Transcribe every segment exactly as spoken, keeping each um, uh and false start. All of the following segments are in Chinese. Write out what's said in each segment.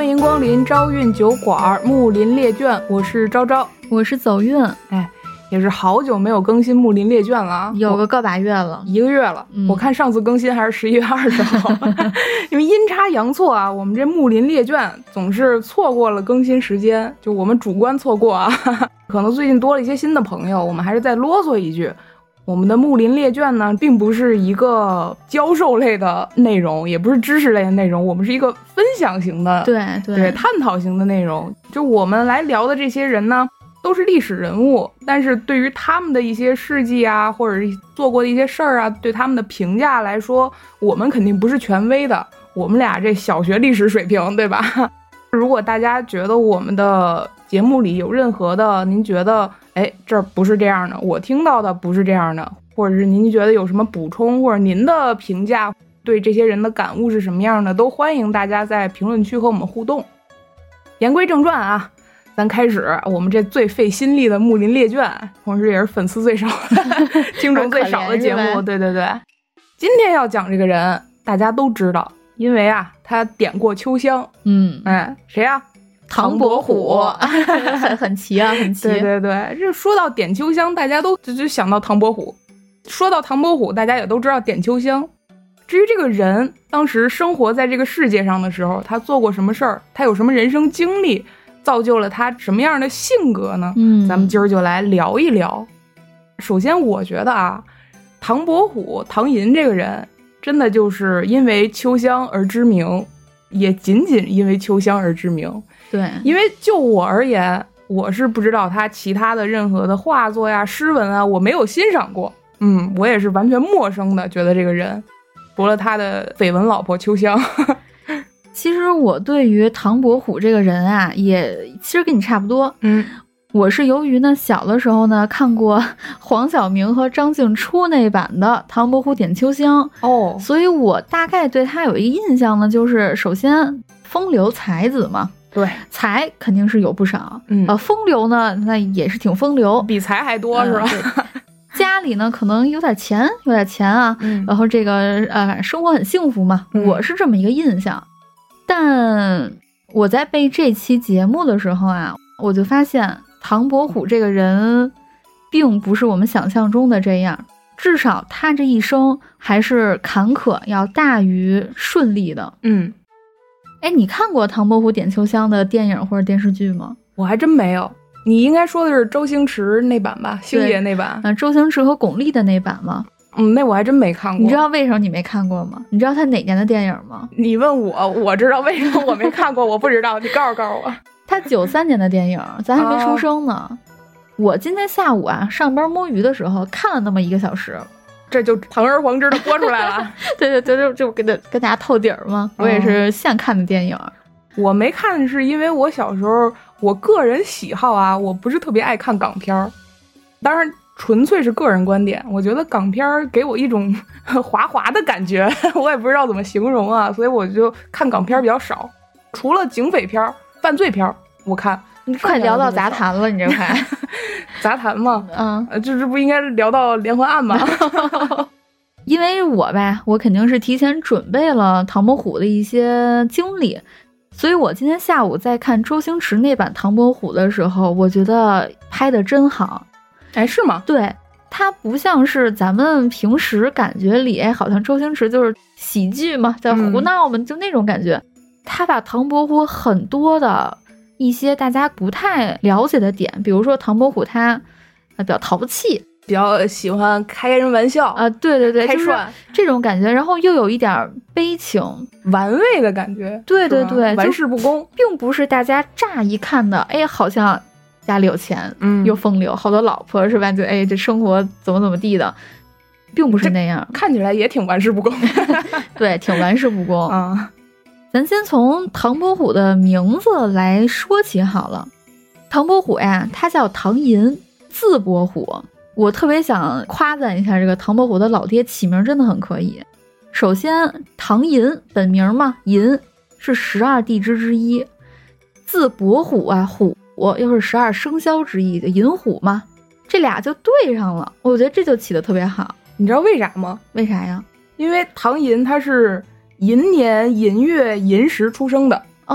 欢迎光临朝韵酒馆木林列卷，我是昭昭， 我是走韵。 哎，也是好久没有更新木林列卷了， 有个个把月了， 一个月了、嗯、我看上次更新还是十一月二十号因为阴差阳错啊，我们这木林列卷总是错过了更新时间，就我们主观错过啊可能最近多了一些新的朋友，我们还是再啰嗦一句，我们的木林列卷呢并不是一个教授类的内容，也不是知识类的内容，我们是一个分享型的， 对 对, 对探讨型的内容。就我们来聊的这些人呢都是历史人物，但是对于他们的一些事迹啊，或者做过的一些事儿啊，对他们的评价来说，我们肯定不是权威的，我们俩这小学历史水平，对吧？如果大家觉得我们的节目里有任何的您觉得哎这儿不是这样的，我听到的不是这样的，或者是您觉得有什么补充，或者您的评价对这些人的感悟是什么样的，都欢迎大家在评论区和我们互动。言归正传啊，咱开始我们这最费心力的木林列卷，同时也是粉丝最少听众最少的节目对对对。今天要讲这个人大家都知道，因为啊他点过秋香。 嗯， 哎，谁啊？ 唐伯虎很很齐啊，很齐。 对对对，这说到点秋香大家都就就想到唐伯虎，说到唐伯虎大家也都知道点秋香。至于这个人当时生活在这个世界上的时候，他做过什么事儿，他有什么人生经历，造就了他什么样的性格呢？嗯，咱们今儿就来聊一聊。首先我觉得啊，唐伯虎唐寅这个人真的就是因为秋香而知名，也仅仅因为秋香而知名。 对， 因为就我而言，我是不知道他其他的任何的画作呀诗文啊，我没有欣赏过。嗯，我也是完全陌生的觉得这个人，除了他的绯闻老婆秋香其实我对于唐伯虎这个人啊，也其实跟你差不多。 嗯， 我是由于呢小的时候呢看过黄晓明和张静初那版的唐伯虎点秋香哦， 所以我大概对他有一个印象呢，就是首先风流才子嘛， 对， 才肯定是有不少， 嗯， 呃，风流呢那也是挺风流， 比才还多、嗯、是吧？ 家里呢可能有点钱，有点钱啊， 嗯、 然后这个呃生活很幸福嘛、嗯，我是这么一个印象。但我在背这期节目的时候啊，我就发现唐伯虎这个人并不是我们想象中的这样，至少他这一生还是坎坷要大于顺利的。 嗯， 哎，你看过唐伯虎点秋香的电影或者电视剧吗？ 我还真没有。你应该说的是周星驰那版吧，星爷那版。 嗯，周星驰和巩俐的那版吗？ 嗯，那我还真没看过。 你知道为什么你没看过吗？你知道他哪年的电影吗？ 你问我，我知道为什么我没看过，我不知道，你告诉告诉我。 他九三年的电影，咱还没出生呢。哦、我今天下午啊，上班摸鱼的时候看了那么一个小时， 这就堂而皇之的播出来了。 对对对，就就跟跟大家透底儿嘛。我也是现看的电影。 嗯，我没看是因为我小时候我个人喜好啊，我不是特别爱看港片儿，当然纯粹是个人观点，我觉得港片儿给我一种滑滑的感觉，我也不知道怎么形容啊，所以我就看港片比较少，除了警匪片、犯罪片我看。 你快聊到杂谈了，你这快杂谈吗？ 嗯， 这这不应该聊到连环案吗？ 因为我吧，我肯定是提前准备了唐伯虎的一些经历，所以我今天下午在看周星驰那版唐伯虎的时候，我觉得拍得真好。 哎，是吗？ 对，它不像是咱们平时感觉里，哎，好像周星驰就是喜剧嘛，在胡闹嘛、嗯，就那种感觉。他把唐伯虎很多的一些大家不太了解的点，比如说唐伯虎他比较淘气， 比较喜欢开人玩笑啊、呃，对对对， 开涮、 就是、这种感觉，然后又有一点悲情、 玩味的感觉。 对对对， 玩世不恭， 并不是大家乍一看的，哎，好像家里有钱， 嗯， 又风流，好多老婆是吧？就哎，这生活怎么怎么地的，并不是那样， 看起来也挺玩世不恭。 对，挺玩世不恭啊、嗯。 咱先从唐伯虎的名字来说起好了。唐伯虎呀，他叫唐寅，字伯虎。我特别想夸赞一下这个唐伯虎的老爹起名真的很可以。首先，唐寅本名嘛，寅是十二地支之一，字伯虎啊，虎又是十二生肖之一，就寅虎嘛，这俩就对上了。我觉得这就起得特别好。 你知道为啥吗？ 为啥呀？ 因为唐寅他是寅年寅月寅时出生的哦。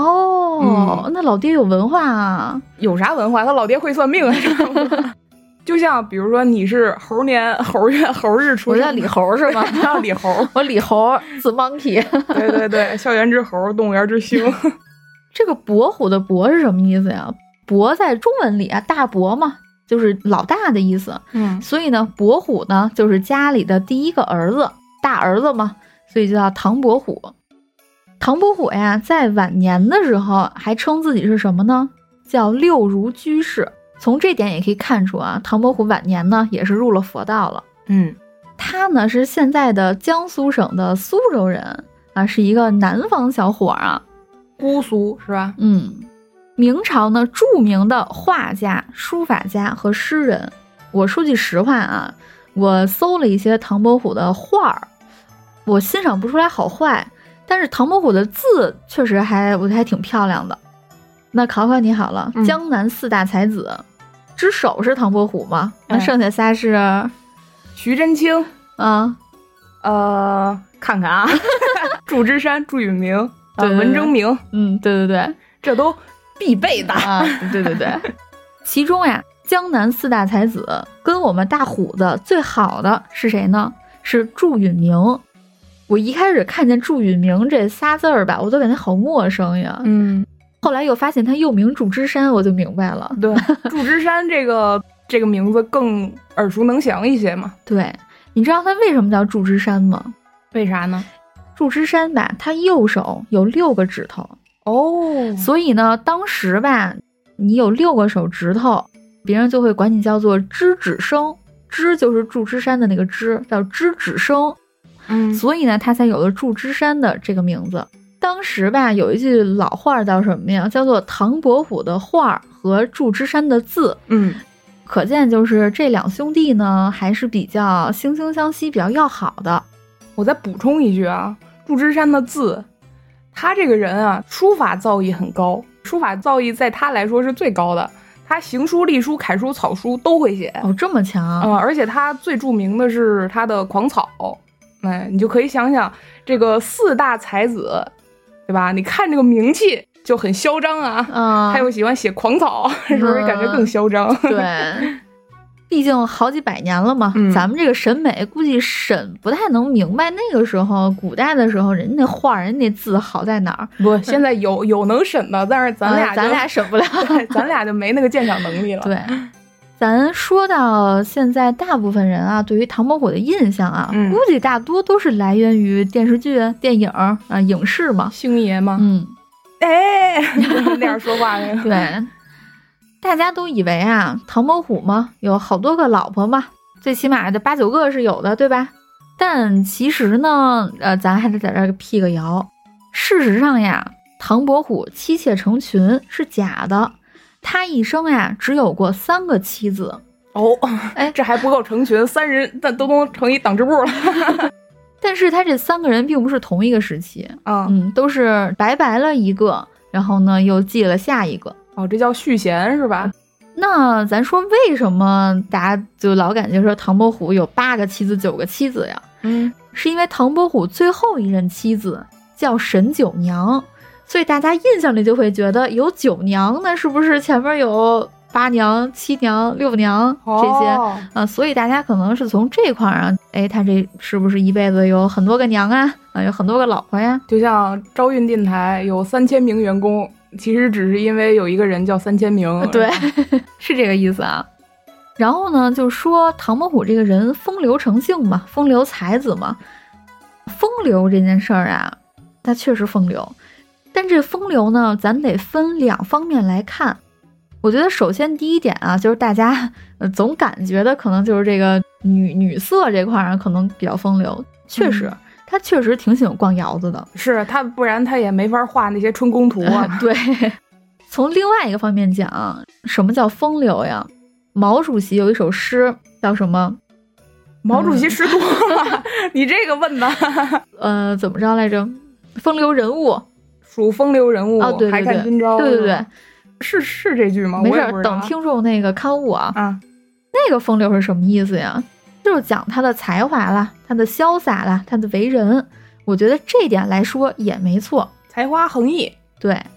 哦，嗯、那老爹有文化啊？ 有啥文化？他老爹会算命啊，就像比如说你是猴年猴月猴日出生， 我叫李猴是吗？ 叫李猴， 我李猴字 monkey。 对对对，校园之猴，动物园之星。 这个伯虎的伯是什么意思呀？伯在中文里啊，大伯嘛，就是老大的意思。 嗯， 所以呢，伯虎呢就是家里的第一个儿子，大儿子嘛，所以就叫唐伯虎。唐伯虎呀，在晚年的时候还称自己是什么呢？叫六如居士。从这点也可以看出啊，唐伯虎晚年呢也是入了佛道了。 嗯， 他呢是现在的江苏省的苏州人啊，是一个南方小伙啊， 姑苏是吧？ 嗯，明朝呢著名的画家、书法家和诗人。我说句实话啊，我搜了一些唐伯虎的画儿，我欣赏不出来好坏，但是唐伯虎的字确实还我觉得还挺漂亮的。那考考你好了，嗯、江南四大才子之首是唐伯虎吗？那剩下仨是、嗯、 徐真卿啊， 呃，看看啊，祝枝山、祝允明、 呃、 文征明， 嗯，对对对， 这都必备的啊，对对对。其中呀，江南四大才子跟我们大虎子最好的是谁呢？是祝允明。我一开始看见祝允明这仨字儿吧，我都感觉好陌生呀。 嗯。 后来又发现他又名祝枝山，我就明白了。 对，祝枝山这个这个名字更耳熟能详一些嘛。 对，你知道他为什么叫祝枝山吗？ 为啥呢？ 祝枝山吧，他右手有六个指头哦， 所以呢，当时吧，你有六个手指头，别人就会管你叫做知指生，知就是祝枝山的那个知，叫知指生。 嗯， 所以呢，他才有了祝枝山的这个名字。当时吧，有一句老话叫什么呀？叫做唐伯虎的画和祝枝山的字。 嗯， 可见就是这两兄弟呢，还是比较惺惺相惜、比较要好的。 我再补充一句啊，祝枝山的字，他这个人啊，书法造诣很高，书法造诣在他来说是最高的。他行书、隶书、楷书、草书都会写。 哦，这么强啊！ 嗯，而且他最著名的是他的狂草。哎，你就可以想想这个四大才子。对吧？你看这个名气就很嚣张啊， 嗯， 他又喜欢写狂草，是不是感觉更嚣张？ 嗯、对，毕竟好几百年了嘛、嗯，咱们这个审美估计审不太能明白那个时候古代的时候人家那画人家那字好在哪儿。 不，现在有有能审的，但是咱俩、 嗯、咱俩审不了， 咱俩就没那个鉴赏能力了。 对。咱说到现在，大部分人啊，对于唐伯虎的印象啊， 嗯、 估计大多都是来源于电视剧、电影啊、影视嘛， 星爷嘛， 嗯， 哎，那样说话那个， 对，大家都以为啊，唐伯虎嘛，有好多个老婆嘛，最起码的八九个是有的，对吧？但其实呢，呃，咱还得在这儿辟个谣，事实上呀，唐伯虎妻妾成群是假的。他一生呀，只有过三个妻子哦，哎，这还不够成群，三人但都能成一党支部了。 但是他这三个人并不是同一个时期， 嗯嗯，都是白白了一个，然后呢又继了下一个。 哦，这叫续弦是吧？ 那咱说为什么大家就老感觉说唐伯虎有八个妻子、九个妻子呀？ 嗯， 是因为唐伯虎最后一任妻子叫沈九娘。所以大家印象里就会觉得有九娘，那是不是前面有八娘、七娘、六娘这些、 哦、 啊？所以大家可能是从这块儿啊，哎，他这是不是一辈子有很多个娘啊？啊，有很多个老婆呀？ 就像招运电台有三千名员工，其实只是因为有一个人叫三千名， 对，是这个意思啊。然后呢，就说唐伯虎这个人风流成性嘛，风流才子嘛。风流这件事儿啊，他确实风流。但这风流呢，咱得分两方面来看。我觉得首先第一点啊，就是大家呃总感觉的可能就是这个女女色这块儿可能比较风流。确实、嗯、他确实挺喜欢逛窑子的， 是他不然他也没法画那些春宫图啊、 呃、对。从另外一个方面讲，什么叫风流呀？毛主席有一首诗叫什么？ 毛主席诗多了、嗯、你这个问的呃怎么着来着？风流人物， 属风流人物、 哦、对对对， 还看今朝， 对对对， 是是这句吗？ 没事，等听众那个刊物啊。 啊， 那个风流是什么意思呀？就是讲他的才华啦，他的潇洒啦，他的为人。我觉得这点来说也没错， 才华横溢。 对，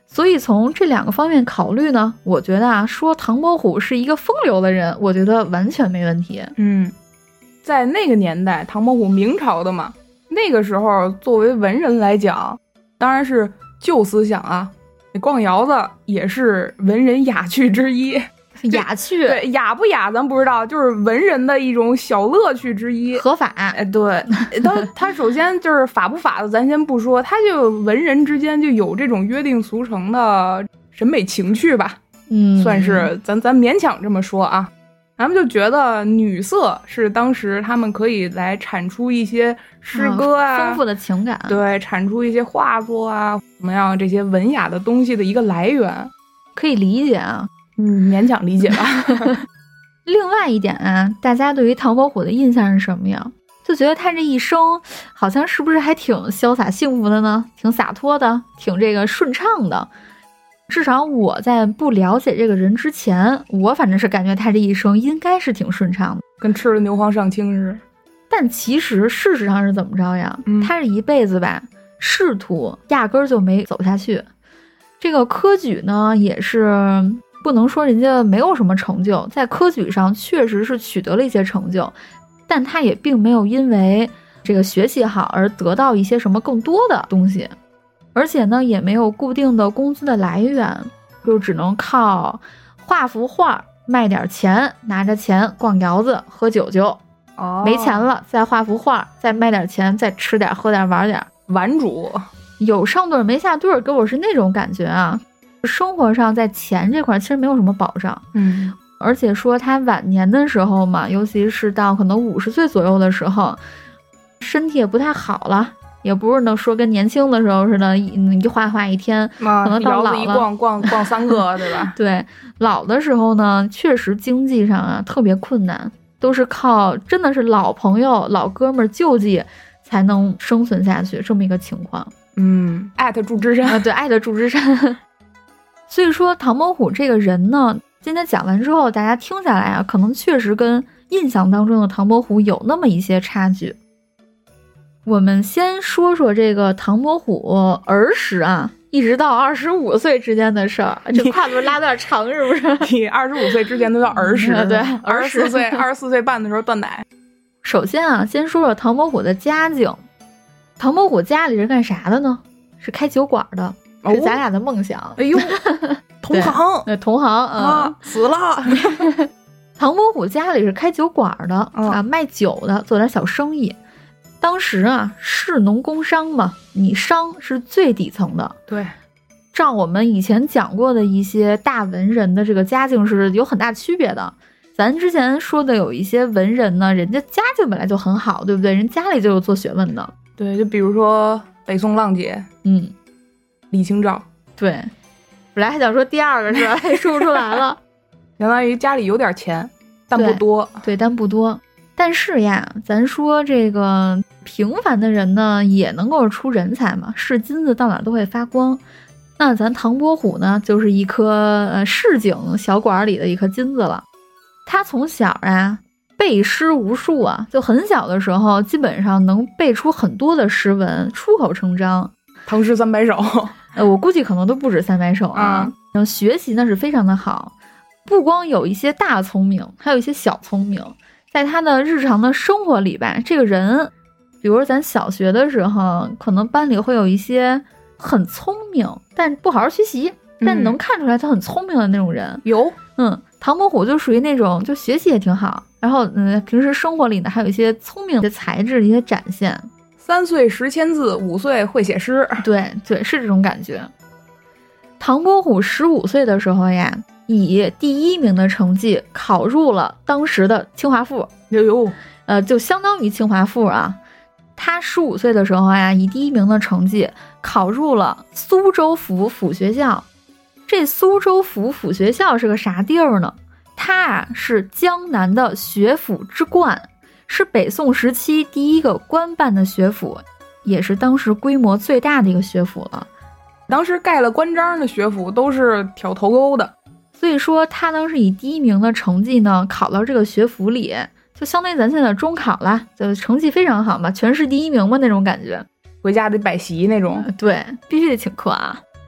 所以从这两个方面考虑呢，我觉得啊，说唐伯虎是一个风流的人，我觉得完全没问题。 嗯，在那个年代，唐伯虎明朝的嘛，那个时候作为文人来讲，当然是旧思想啊，逛窑子也是文人雅趣之一。 雅趣， 对，雅不雅咱不知道，就是文人的一种小乐趣之一， 合法。 哎，对，他他首先就是法不法的，咱先不说，他就文人之间就有这种约定俗成的审美情趣吧， 嗯， 算是咱咱勉强这么说啊。咱们就觉得女色是当时他们可以来产出一些诗歌啊， 嗯、丰富的情感， 对，产出一些画作啊，怎么样这些文雅的东西的一个来源， 可以理解啊。 嗯，勉强理解吧。 另外一点啊，大家对于唐伯虎的印象是什么呀？就觉得他这一生好像是不是还挺潇洒幸福的呢？挺洒脱的，挺这个顺畅的。至少我在不了解这个人之前，我反正是感觉他这一生应该是挺顺畅的， 跟吃了牛黄上清似的。 但其实事实上是怎么着呀？ 嗯、 他这一辈子吧，仕途压根儿就没走下去。这个科举呢，也是不能说人家没有什么成就，在科举上确实是取得了一些成就，但他也并没有因为这个学习好而得到一些什么更多的东西，而且呢也没有固定的工资的来源，就只能靠画幅画卖点钱，拿着钱逛窑子喝酒酒， 哦， 没钱了再画幅画，再卖点钱，再吃点喝点玩点， 玩主有上顿没下顿，给我是那种感觉啊。生活上在钱这块其实没有什么保障， 嗯， 而且说他晚年的时候嘛，尤其是到可能五十岁左右的时候，身体也不太好了，也不是能说跟年轻的时候似的，一一画画一天， 可能到老了一逛逛逛三个，对吧？ 对，老的时候呢，确实经济上啊特别困难，都是靠真的是老朋友、老哥们儿救济才能生存下去，这么一个情况。 嗯，艾特祝枝山啊，对，艾特祝枝山。所以说唐伯虎这个人呢，今天讲完之后，大家听下来啊，可能确实跟印象当中的唐伯虎有那么一些差距。我们先说说这个唐伯虎儿时啊，一直到二十五岁之间的事儿，这跨度拉有点长，是不是？ 你二十五岁之前都叫儿时， 嗯、对， 二十四岁、二十四岁半的时候断奶。 首先啊，先说说唐伯虎的家境。唐伯虎家里是干啥的呢？是开酒馆的。是咱俩的梦想。 哦、哎呦，同行， 对，同行啊、 嗯，死了。 唐伯虎家里是开酒馆的、嗯、啊，卖酒的，做点小生意。当时啊，士农工商嘛，你商是最底层的。 对， 照我们以前讲过的一些大文人的这个家境是有很大区别的。咱之前说的有一些文人呢，人家家境本来就很好，对不对？人家里就有做学问的。 对，就比如说北宋浪姐， 嗯。 李清照， 对，本来还想说第二个是吧，也说不出来了。 相当于家里有点钱，但不多。 对，对，但不多。但是呀，咱说这个平凡的人呢，也能够出人才嘛，是金子到哪都会发光。那咱唐伯虎呢，就是一颗呃市井小馆里的一颗金子了。他从小啊背诗无数啊，就很小的时候，基本上能背出很多的诗文，出口成章。 唐诗三百首， 呃，我估计可能都不止三百首啊。然后学习呢是非常的好，不光有一些大聪明，还有一些小聪明。在他的日常的生活里吧，这个人，比如咱小学的时候，可能班里会有一些很聪明，但不好好学习，但你能看出来他很聪明的那种人。 有， 嗯，唐伯虎就属于那种就学习也挺好，然后嗯，平时生活里呢还有一些聪明的才智的一些展现。 三岁识千字，五岁会写诗。 对对，是这种感觉。唐伯虎十五岁的时候呀，以第一名的成绩考入了当时的清华附。 呦呦， 呃，就相当于清华附啊。他十五岁的时候呀，以第一名的成绩考入了苏州府府学校。这苏州府府学校是个啥地儿呢？它啊是江南的学府之冠。是北宋时期第一个官办的学府，也是当时规模最大的一个学府了。 当时盖了官章的学府都是挑头钩的， 所以说他当时以第一名的成绩呢考到这个学府里，就相当于咱现在中考了，就成绩非常好嘛，全市第一名嘛那种感觉， 回家得摆席那种。 对，必须得请客啊。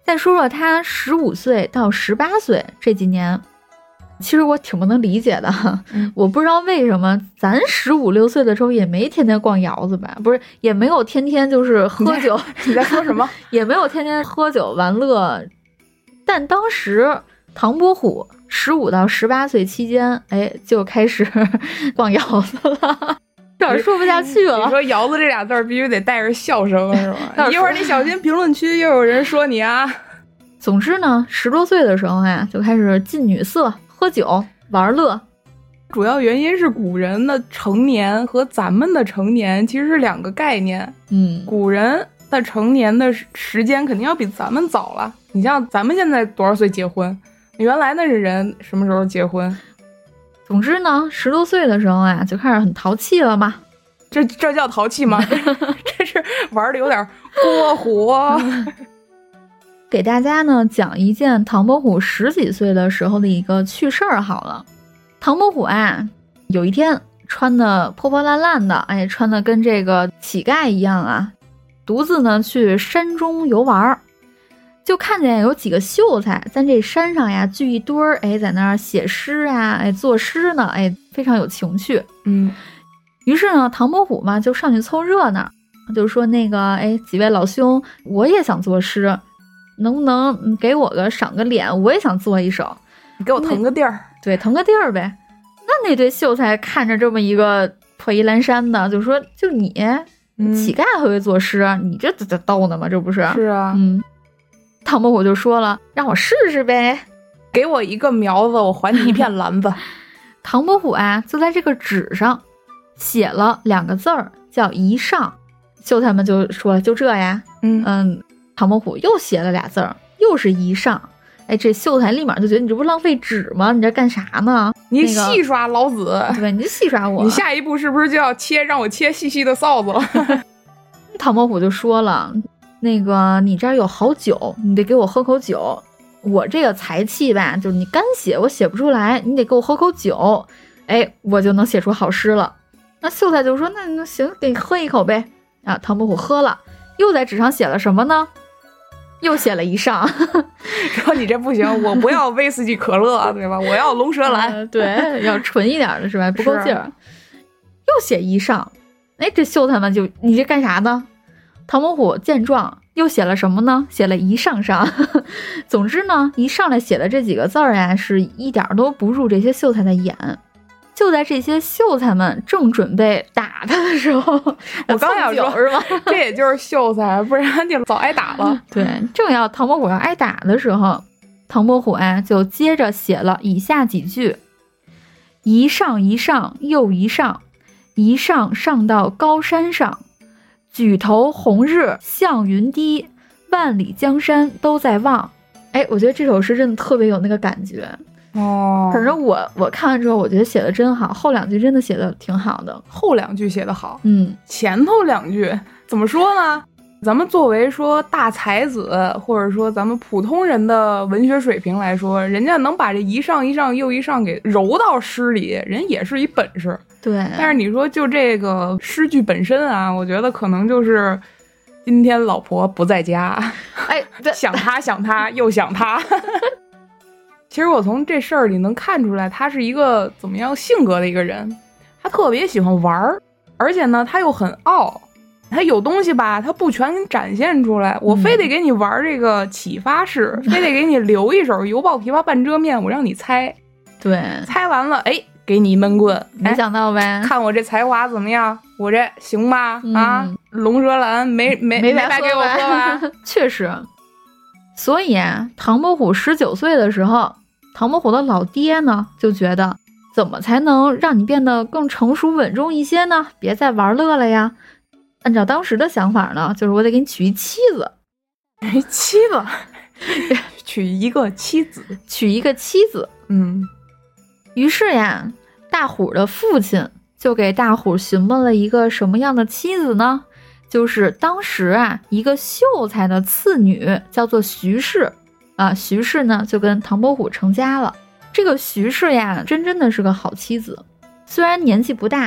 再说说他十五岁到十八岁这几年，其实我挺不能理解的，嗯、我不知道为什么咱十五六岁的时候也没天天逛窑子吧，不是也没有天天就是喝酒。 你在说什么？ 也没有天天喝酒玩乐，但当时唐伯虎十五到十八岁期间，哎，就开始逛窑子了。有点说不下去了。 你说窑子这俩字儿必须得带着笑声是吧？一会儿你小心评论区又有人说你啊。 总之呢，十多岁的时候呀，就开始近女色、喝酒、玩乐。 主要原因是古人的成年和咱们的成年其实是两个概念。 嗯， 古人的成年的时间肯定要比咱们早了。你像咱们现在多少岁结婚？原来那是人什么时候结婚？ 总之呢，十多岁的时候啊，就开始很淘气了嘛。 这这叫淘气吗？这是玩的有点过火。 给大家呢讲一件唐伯虎十几岁的时候的一个趣事儿好了。唐伯虎啊，有一天穿的破破烂烂的，哎，穿的跟这个乞丐一样啊，独自呢去山中游玩，就看见有几个秀才在这山上呀聚一堆儿，哎，在那儿写诗啊，哎，作诗呢，哎，非常有情趣。 嗯， 于是呢，唐伯虎嘛就上去凑热闹，就说那个，哎，几位老兄，我也想作诗，能不能给我个赏个脸？我也想作一首， 你给我腾个地儿。 对，腾个地儿呗。那那对秀才看着这么一个破衣烂衫的，就说：“就你， 嗯、 乞丐还会作诗，你这这逗呢吗？这不是？” 是啊， 嗯。唐伯虎就说了：“让我试试呗， 给我一个苗子，我还你一片蓝子。” 唐伯虎啊，就在这个纸上写了两个字儿，叫“一上”。秀才们就说：“就这呀。” 嗯嗯。唐伯虎又写了俩字儿，又是一上。哎，这秀才立马就觉得你这不浪费纸吗？你这干啥呢？ 你戏耍老子， 那个、对，你就戏耍我。 你下一步是不是就要切让我切细细的臊子了？ 唐伯虎就说了，那个你这儿有好酒，你得给我喝口酒。我这个才气吧，就是你干写我写不出来，你得给我喝口酒，哎，我就能写出好诗了。那秀才就说，那那行，给你喝一口呗。啊，唐伯虎喝了，又在纸上写了什么呢？又写了一上。 说你这不行，我不要威士忌可乐，对吧？我要龙舌兰、 呃、对，要纯一点的是吧？不够劲儿。又写一上。哎，这秀才们就你这干啥呢？唐伯虎见状又写了什么呢？写了一上上。总之呢，一上来写的这几个字儿呀，是一点都不入这些秀才的眼。就在这些秀才们正准备打他的时候， 我刚想说是吧？ 这也就是秀才，不然就早挨打了。 对，正要唐伯虎要挨打的时候，唐伯虎啊就接着写了以下几句：一上一上又一上，一上上到高山上，举头红日向云低，万里江山都在望。哎，我觉得这首诗真的特别有那个感觉。 哦， 反正我我看完之后，我觉得写的真好，后两句真的写的挺好的。 后两句写的好， 嗯， 前头两句怎么说呢？咱们作为说大才子，或者说咱们普通人的文学水平来说，人家能把这一上一上又一上给揉到诗里，人也是一本事。 对， 但是你说就这个诗句本身啊，我觉得可能就是今天老婆不在家， 哎， 想他想他又想他。其实我从这事儿里能看出来，他是一个怎么样性格的一个人。他特别喜欢玩儿，而且呢，他又很傲。他有东西吧，他不全展现出来，我非得给你玩这个启发式，嗯、非得给你留一手犹抱琵琶半遮面，我让你猜。 对， 猜完了，哎，给你一闷棍。 没想到呗？ 哎、看我这才华怎么样？我这行吧？ 嗯、 啊，龙舌兰没没没白给我喝吧？ 确实。所以啊，唐伯虎十九岁的时候，唐伯虎的老爹呢就觉得，怎么才能让你变得更成熟稳重一些呢？别再玩乐了呀！按照当时的想法呢，就是我得给你娶一妻子， 妻子，娶一个妻子， 娶一个妻子。 嗯， 于是呀，大虎的父亲就给大虎询问了一个什么样的妻子呢？就是当时啊，一个秀才的次女叫做徐氏啊，徐氏呢就跟唐伯虎成家了。这个徐氏呀，真真的是个好妻子，虽然年纪不大，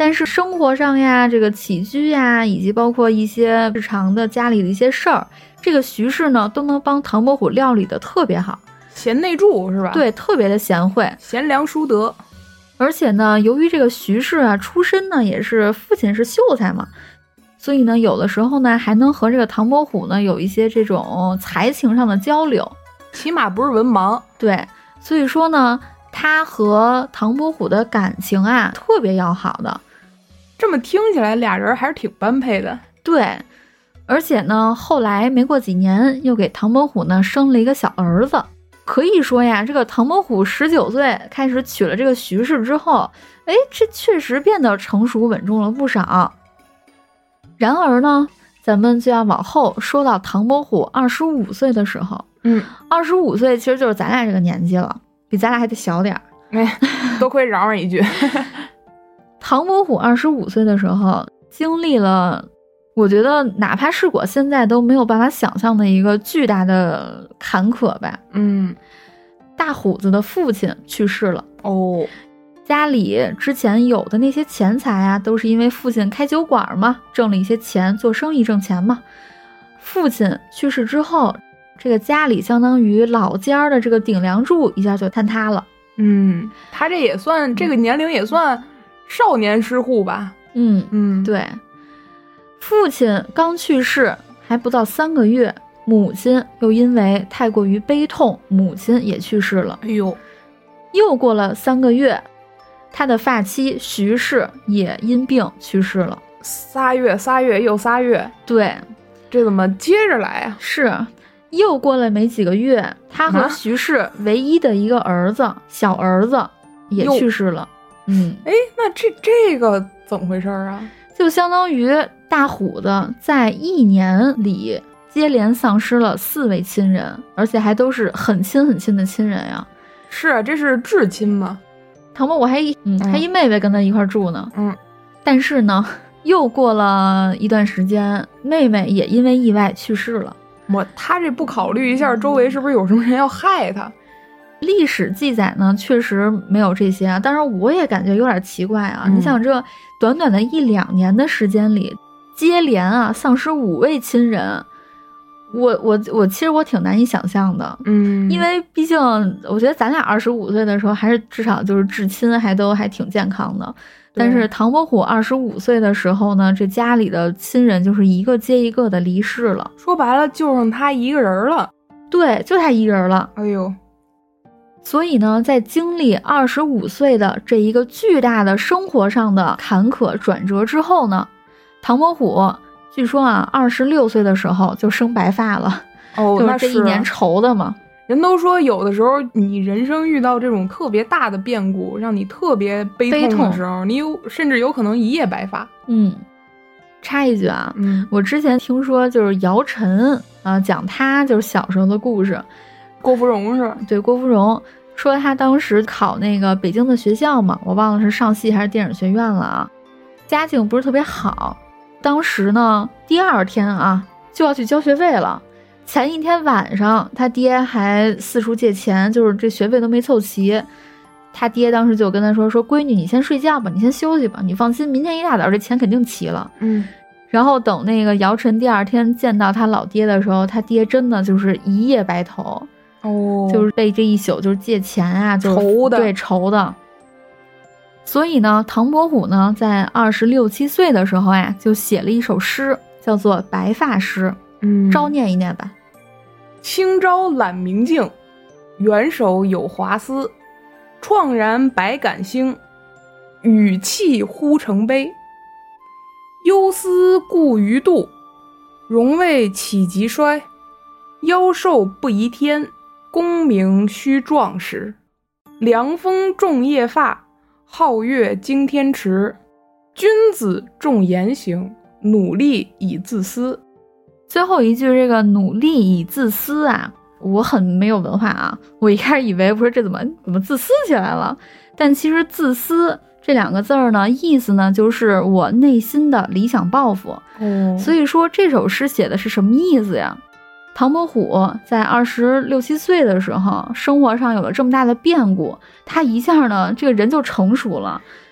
但是生活上呀，这个起居呀，以及包括一些日常的家里的一些事儿，这个徐氏呢都能帮唐伯虎料理的特别好， 贤内助是吧？ 对，特别的贤惠， 贤良淑德。 而且呢，由于这个徐氏啊出身呢也是父亲是秀才嘛，所以呢有的时候呢还能和这个唐伯虎呢有一些这种才情上的交流， 起码不是文盲。 对，所以说呢他和唐伯虎的感情啊特别要好的。 这么听起来俩人还是挺般配的。 对，而且呢后来没过几年又给唐伯虎呢生了一个小儿子。可以说呀，这个唐伯虎十九岁开始娶了这个徐氏之后，哎，这确实变得成熟稳重了不少。然而呢，咱们就要往后说到唐伯虎二十五岁的时候。 嗯， 二十五岁其实就是咱俩这个年纪了，比咱俩还得小点儿。 哎，多亏嚷嚷一句。 唐伯虎二十五岁的时候，经历了我觉得哪怕是我现在都没有办法想象的一个巨大的坎坷吧。 嗯， 大虎子的父亲去世了。 哦， 家里之前有的那些钱财啊，都是因为父亲开酒馆嘛，挣了一些钱，做生意挣钱嘛。父亲去世之后，这个家里相当于老家的这个顶梁柱一下就坍塌了。 嗯，他这也算这个年龄也算少年失户吧。 嗯嗯， 对。父亲刚去世还不到三个月，母亲又因为太过于悲痛，母亲也去世了。 哎呦， 又过了三个月，他的发妻徐氏也因病去世了。 仨月仨月又仨月， 对， 这怎么接着来啊？ 是，又过了没几个月，他和徐氏唯一的一个儿子、啊、小儿子也去世了。嗯， 哎，那这这个怎么回事啊？ 就相当于大虎子在一年里接连丧失了四位亲人，而且还都是很亲很亲的亲人呀。 是啊，这是至亲嘛。 唐伯虎还一嗯还一妹妹跟他一块住呢。 嗯， 但是呢，又过了一段时间，妹妹也因为意外去世了。 我他这不考虑一下周围是不是有什么人要害他？ 历史记载呢，确实没有这些啊。当然，我也感觉有点奇怪啊。嗯、你想，这短短的一两年的时间里，接连啊丧失五位亲人，我我我其实我挺难以想象的。 嗯， 因为毕竟我觉得咱俩二十五岁的时候，还是至少就是至亲还都还挺健康的。但是唐伯虎二十五岁的时候呢，这家里的亲人就是一个接一个的离世了。 说白了，就剩他一个人了。 对，就他一人了。 哎呦。 所以呢，在经历二十五岁的这一个巨大的生活上的坎坷转折之后呢，唐伯虎据说啊，二十六岁的时候就生白发了。 哦， 就是这一年愁的嘛。 人都说有的时候你人生遇到这种特别大的变故，让你特别悲痛的时候，你有甚至有可能一夜白发。 嗯，插一句啊， 嗯， 我之前听说就是姚晨啊、呃、讲他就是小时候的故事。 郭芙蓉是吧？ 对，郭芙蓉说他当时考那个北京的学校嘛，我忘了是上戏还是电影学院了啊，家境不是特别好。当时呢，第二天啊就要去交学费了。前一天晚上，他爹还四处借钱，就是这学费都没凑齐。他爹当时就跟他说：“说闺女，你先睡觉吧，你先休息吧，你放心，明天一大早这钱肯定齐了。” 嗯。 然后等那个姚晨第二天见到他老爹的时候，他爹真的就是一夜白头。 哦， 就是被这一宿就是借钱啊，就愁的， 对，愁的。所以呢，唐伯虎呢，在二十六七岁的时候呀，就写了一首诗，叫做《白发诗》。 嗯， 招念一念吧。 清朝揽明镜，元首有华丝，怆然百感兴，语气忽成悲。忧思故于度，荣位岂及衰？夭寿不宜天，功名须壮时。凉风重叶发，皓月惊天池。君子重言行，努力以自私。 最后一句这个努力以自私啊，我很没有文化啊，我一开始以为不是这怎么怎么自私起来了，但其实自私这两个字儿呢，意思呢就是我内心的理想抱负。 哦， 所以说这首诗写的是什么意思呀？唐伯虎在二十六七岁的时候，生活上有了这么大的变故，他一下呢这个人就成熟了，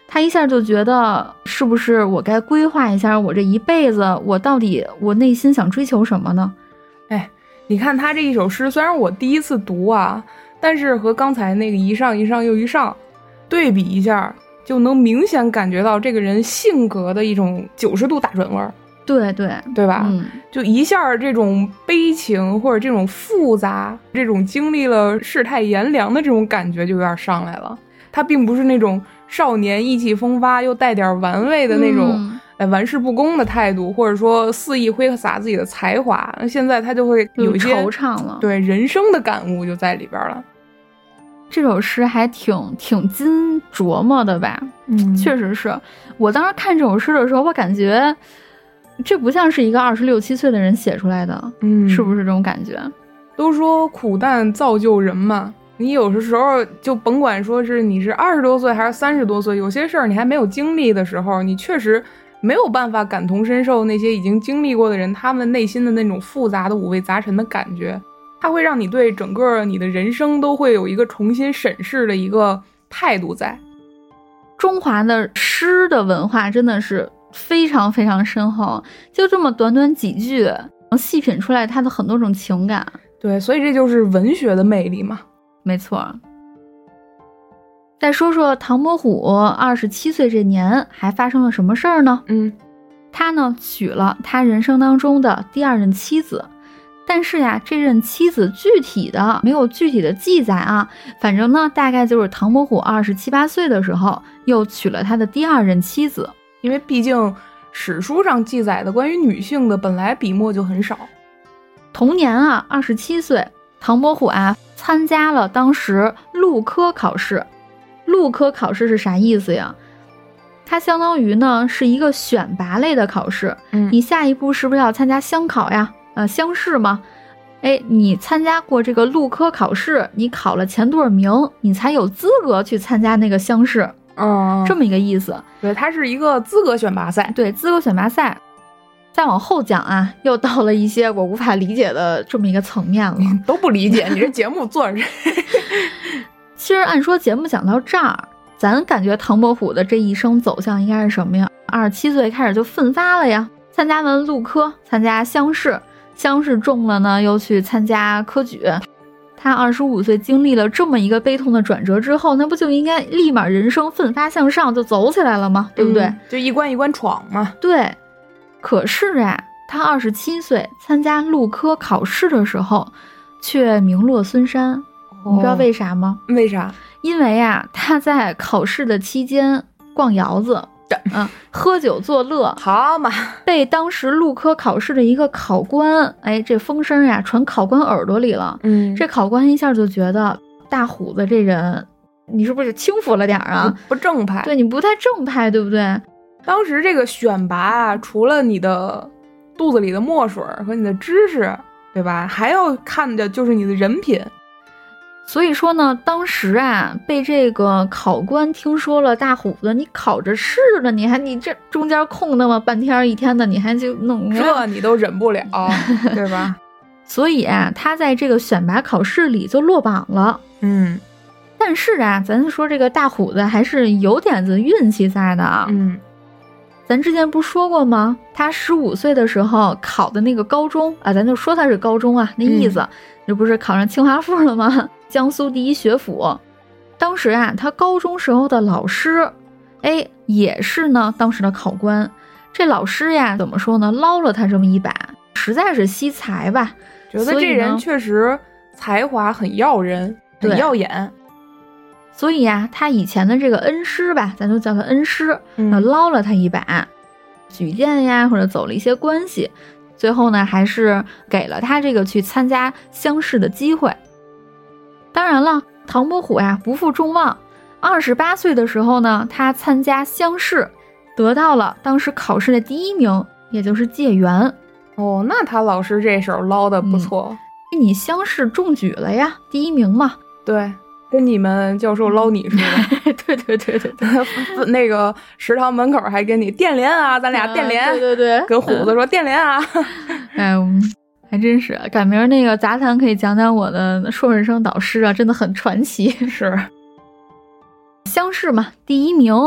他一下就觉得是不是我该规划一下我这一辈子，我到底我内心想追求什么呢？ 哎，你看他这一首诗，虽然我第一次读啊，但是和刚才那个一上一上又一上对比一下，就能明显感觉到这个人性格的一种九十度大转弯。 对对对吧、 嗯、 就一下这种悲情或者这种复杂，这种经历了世态炎凉的这种感觉就有点上来了。他并不是那种少年意气风发又带点玩味的那种、嗯、哎玩世不恭的态度，或者说肆意挥洒自己的才华，那现在他就会有一些惆怅了， 对人生的感悟就在里边了。 这首诗还挺挺经琢磨的吧。 嗯， 确实是。我当时看这首诗的时候，我感觉这不像是一个二十六七岁的人写出来的。 嗯， 是不是这种感觉？ 都说苦难造就人嘛，你有的时候就甭管说是你是二十多岁还是三十多岁，有些事儿你还没有经历的时候，你确实没有办法感同身受那些已经经历过的人他们内心的那种复杂的五味杂陈的感觉，它会让你对整个你的人生都会有一个重新审视的一个态度在。 中华的诗的文化真的是非常非常深厚，就这么短短几句能细品出来它的很多种情感。 对，所以这就是文学的魅力嘛。 没错。再说说唐伯虎二十七岁这年还发生了什么事儿呢？ 嗯， 他呢娶了他人生当中的第二任妻子，但是呀，这任妻子具体的没有具体的记载啊，反正呢，大概就是唐伯虎二十七八岁的时候又娶了他的第二任妻子。 因为毕竟史书上记载的关于女性的本来笔墨就很少。 同年啊，二十七岁，唐伯虎啊参加了当时录科考试。录科考试是啥意思呀？它相当于呢是一个选拔类的考试。 嗯， 你下一步是不是要参加乡考呀？呃，乡试吗？哎，你参加过这个录科考试，你考了前多少名，你才有资格去参加那个乡试。 嗯， 这么一个意思。 对，它是一个资格选拔赛。 对，资格选拔赛。再往后讲啊，又到了一些我无法理解的这么一个层面了。 你都不理解，你这节目做着。 其实按说节目讲到这儿，咱感觉唐伯虎的这一生走向应该是什么呀？二十七岁开始就奋发了呀，参加完录科，参加乡试，乡试中了呢，又去参加科举。他二十五岁经历了这么一个悲痛的转折之后，那不就应该立马人生奋发向上，就走起来了吗？对不对？ 嗯，就一关一关闯嘛。 对。可是啊，他二十七岁参加录科考试的时候，却名落孙山。哦，你知道为啥吗？ 为啥？ 因为啊，他在考试的期间逛窑子。嗯，喝酒作乐， 好嘛， 被当时录科考试的一个考官，哎，这风声呀传考官耳朵里了。 嗯， 这考官一下就觉得大虎子这人，你是不是轻浮了点啊？ 不正派， 对你不太正派，对不对？ 当时这个选拔啊，除了你的肚子里的墨水和你的知识，对吧？还要看的就是你的人品。 所以说呢，当时啊，被这个考官听说了大虎子，你考着试呢，你还你这中间空那么半天一天的，你还就弄这你都忍不了，对吧？ 所以啊，他在这个选拔考试里就落榜了。 嗯， 但是啊，咱说这个大虎子还是有点子运气在的啊。 嗯， 咱之前不说过吗？他十五岁的时候考的那个高中啊，咱就说他是高中啊，那意思，嗯，这不是考上清华附了吗？江苏第一学府。当时啊，他高中时候的老师，哎，也是呢当时的考官。这老师呀，怎么说呢，捞了他这么一把，实在是惜才吧， 觉得这人确实才华很耀人，很耀眼。 所以呀，他以前的这个恩师吧，咱就叫他恩师，嗯，捞了他一把，举荐呀，或者走了一些关系，最后呢，还是给了他这个去参加乡试的机会。当然了，唐伯虎呀不负众望，二十八岁的时候呢，他参加乡试，得到了当时考试的第一名，也就是解元。 哦，那他老师这手捞的不错。 嗯，你乡试中举了呀，第一名嘛。 对，跟你们教授捞你似的。 对对对对对， 那个食堂门口还跟你电联啊，咱俩电联。 啊，对对对， 跟虎子说电联啊。 哎，还真是，赶明儿那个杂谈可以讲讲我的硕士生导师啊，真的很传奇。 是， 乡试嘛，第一名，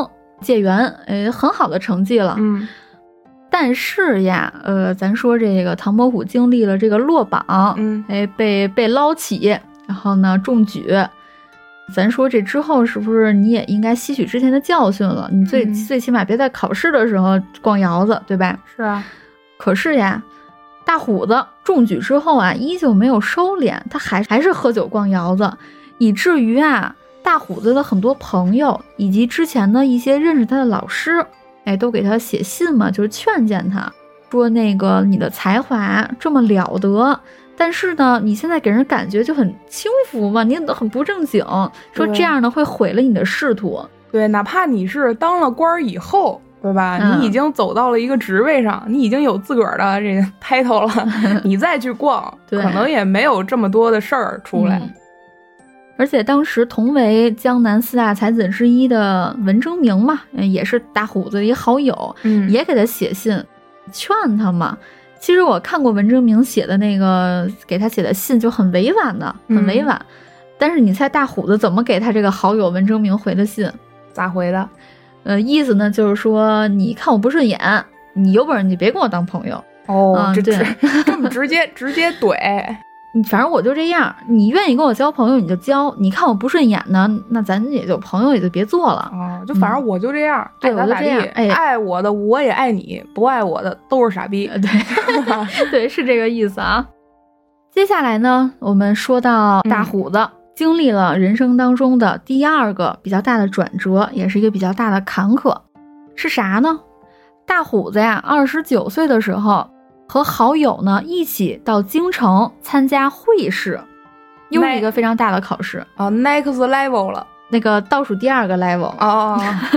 解元，呃，很好的成绩了。 嗯， 但是呀，呃，咱说这个唐伯虎经历了这个落榜， 嗯， 哎，被被捞起，然后呢中举。咱说这之后是不是你也应该吸取之前的教训了？你最、嗯、最起码别在考试的时候逛窑子，对吧？ 是啊。 可是呀，大虎子中举之后啊，依旧没有收敛，他还还是喝酒逛窑子，以至于啊，大虎子的很多朋友以及之前的一些认识他的老师，哎，都给他写信嘛，就是劝谏他，说那个你的才华这么了得。但是呢，你现在给人感觉就很轻浮嘛，你很不正经，说这样呢会毁了你的仕途。 对，哪怕你是当了官以后，对吧？嗯、你已经走到了一个职位上，你已经有自个儿的这个 title 了，你再去逛，可能也没有这么多的事儿出来。 嗯、而且当时同为江南四大才子之一的文征明嘛，也是大虎子的一好友， 嗯、 也给他写信劝他嘛。其实我看过文征明写的那个给他写的信，就很委婉的，很委婉。嗯、但是你猜大虎子怎么给他这个好友文征明回的信？ 咋回的？ 呃，意思呢就是说，你看我不顺眼，你有本事你别跟我当朋友。 哦， 嗯、 这对， 这么直接直接怼。 你反正我就这样，你愿意跟我交朋友你就交，你看我不顺眼呢，那咱也就朋友也就别做了。 哦，就反正我就这样， 嗯、对，我就这样。哎， 爱我的我也爱你，不爱我的都是傻逼。 对，对，是这个意思啊。接下来呢，我们说到大虎子、嗯、经历了人生当中的第二个比较大的转折，也是一个比较大的坎坷，是啥呢？大虎子呀，二十九岁的时候。和好友呢一起到京城参加会试，又是一个非常大的考试啊 ，next level 了， 那个倒数第二个 level 哦。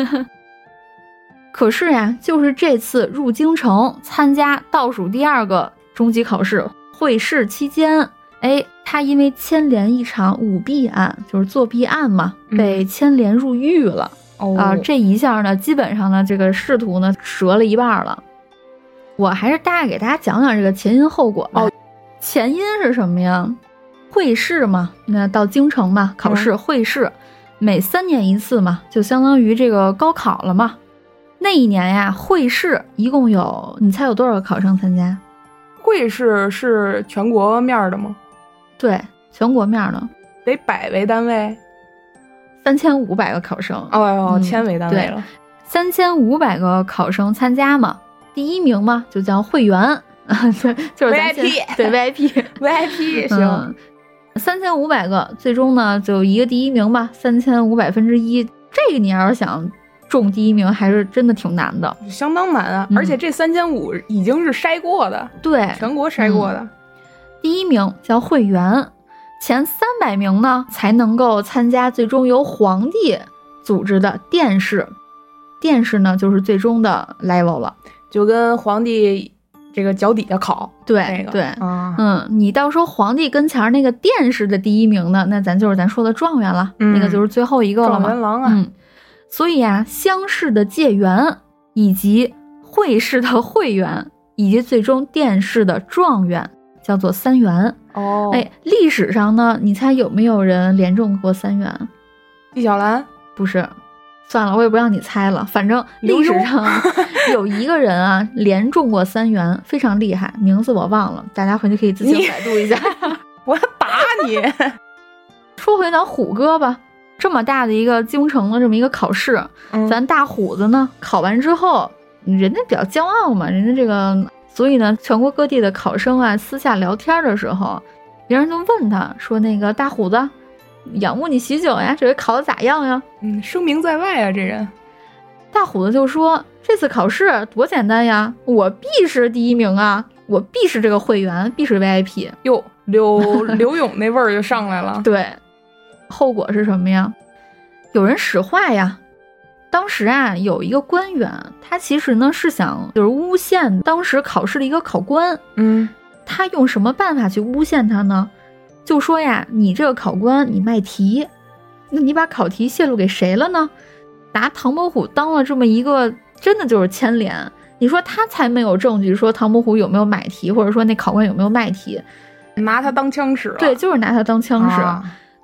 可是呀，就是这次入京城参加倒数第二个中级考试会试期间，哎，他因为牵连一场舞弊案，就是作弊案嘛， 嗯、 被牵连入狱了。 哦啊、呃，这一下呢，基本上呢，这个仕途呢折了一半了。我还是大概给大家讲讲这个前因后果吧。 哦， 前因是什么呀？会试嘛，那到京城嘛，考试、嗯、会试，每三年一次嘛，就相当于这个高考了嘛。那一年呀，会试一共有，你猜有多少个考生参加？ 会试是全国面的吗？ 对，全国面的， 得百为单位， 三千五百个考生。 哦哟，嗯、千为单位了， 三千五百个考生参加嘛。第一名嘛，就叫会员啊，对，就是 V I P， 对 V I P，V I P 行， 三千五百个，最终呢就一个第一名吧，三千五百分之一，这个你要是想中第一名，还是真的挺难的， 相当难啊！嗯、而且这三千五已经是筛过的， 对， 全国筛过的。 嗯、第一名叫会员，前三百名呢才能够参加最终由皇帝组织的殿试，殿试呢就是最终的 level 了。 就跟皇帝这个脚底下考， 对、 那个、 对、 啊， 嗯，你到时候皇帝跟前那个殿试的第一名呢，那咱就是咱说的状元了， 嗯、 那个就是最后一个了嘛， 状元郎啊。 嗯，所以啊，乡试的解元，以及会试的会员，以及最终殿试的状元，叫做三元。 哦， 哎，历史上呢，你猜有没有人连中过三元？ 纪晓岚不是。算了，我也不让你猜了。反正历史上有一个人啊，连中过三元，非常厉害，名字我忘了，大家回去可以自行百度一下。 我要打你！ 说回咱虎哥吧，这么大的一个京城的这么一个考试， 嗯、 咱大虎子呢，考完之后，人家比较骄傲嘛，人家这个，所以呢，全国各地的考生啊，私下聊天的时候，别人就问他说：“那个大虎子。”仰慕你许久呀，这回考得咋样呀？ 嗯，声名在外啊，这人。 大虎子就说：“这次考试多简单呀，我必是第一名啊，我必是这个会员，必是 V I P。” 哟，刘刘勇那味儿就上来了。 对，后果是什么呀？有人使坏呀。当时啊，有一个官员，他其实呢是想就是诬陷当时考试的一个考官。 嗯， 他用什么办法去诬陷他呢？就说呀，你这个考官你卖题，那你把考题泄露给谁了呢？拿唐伯虎当了这么一个，真的就是牵连。你说他才没有证据说唐伯虎有没有买题，或者说那考官有没有卖题， 拿他当枪使了。 对，就是拿他当枪使。啊、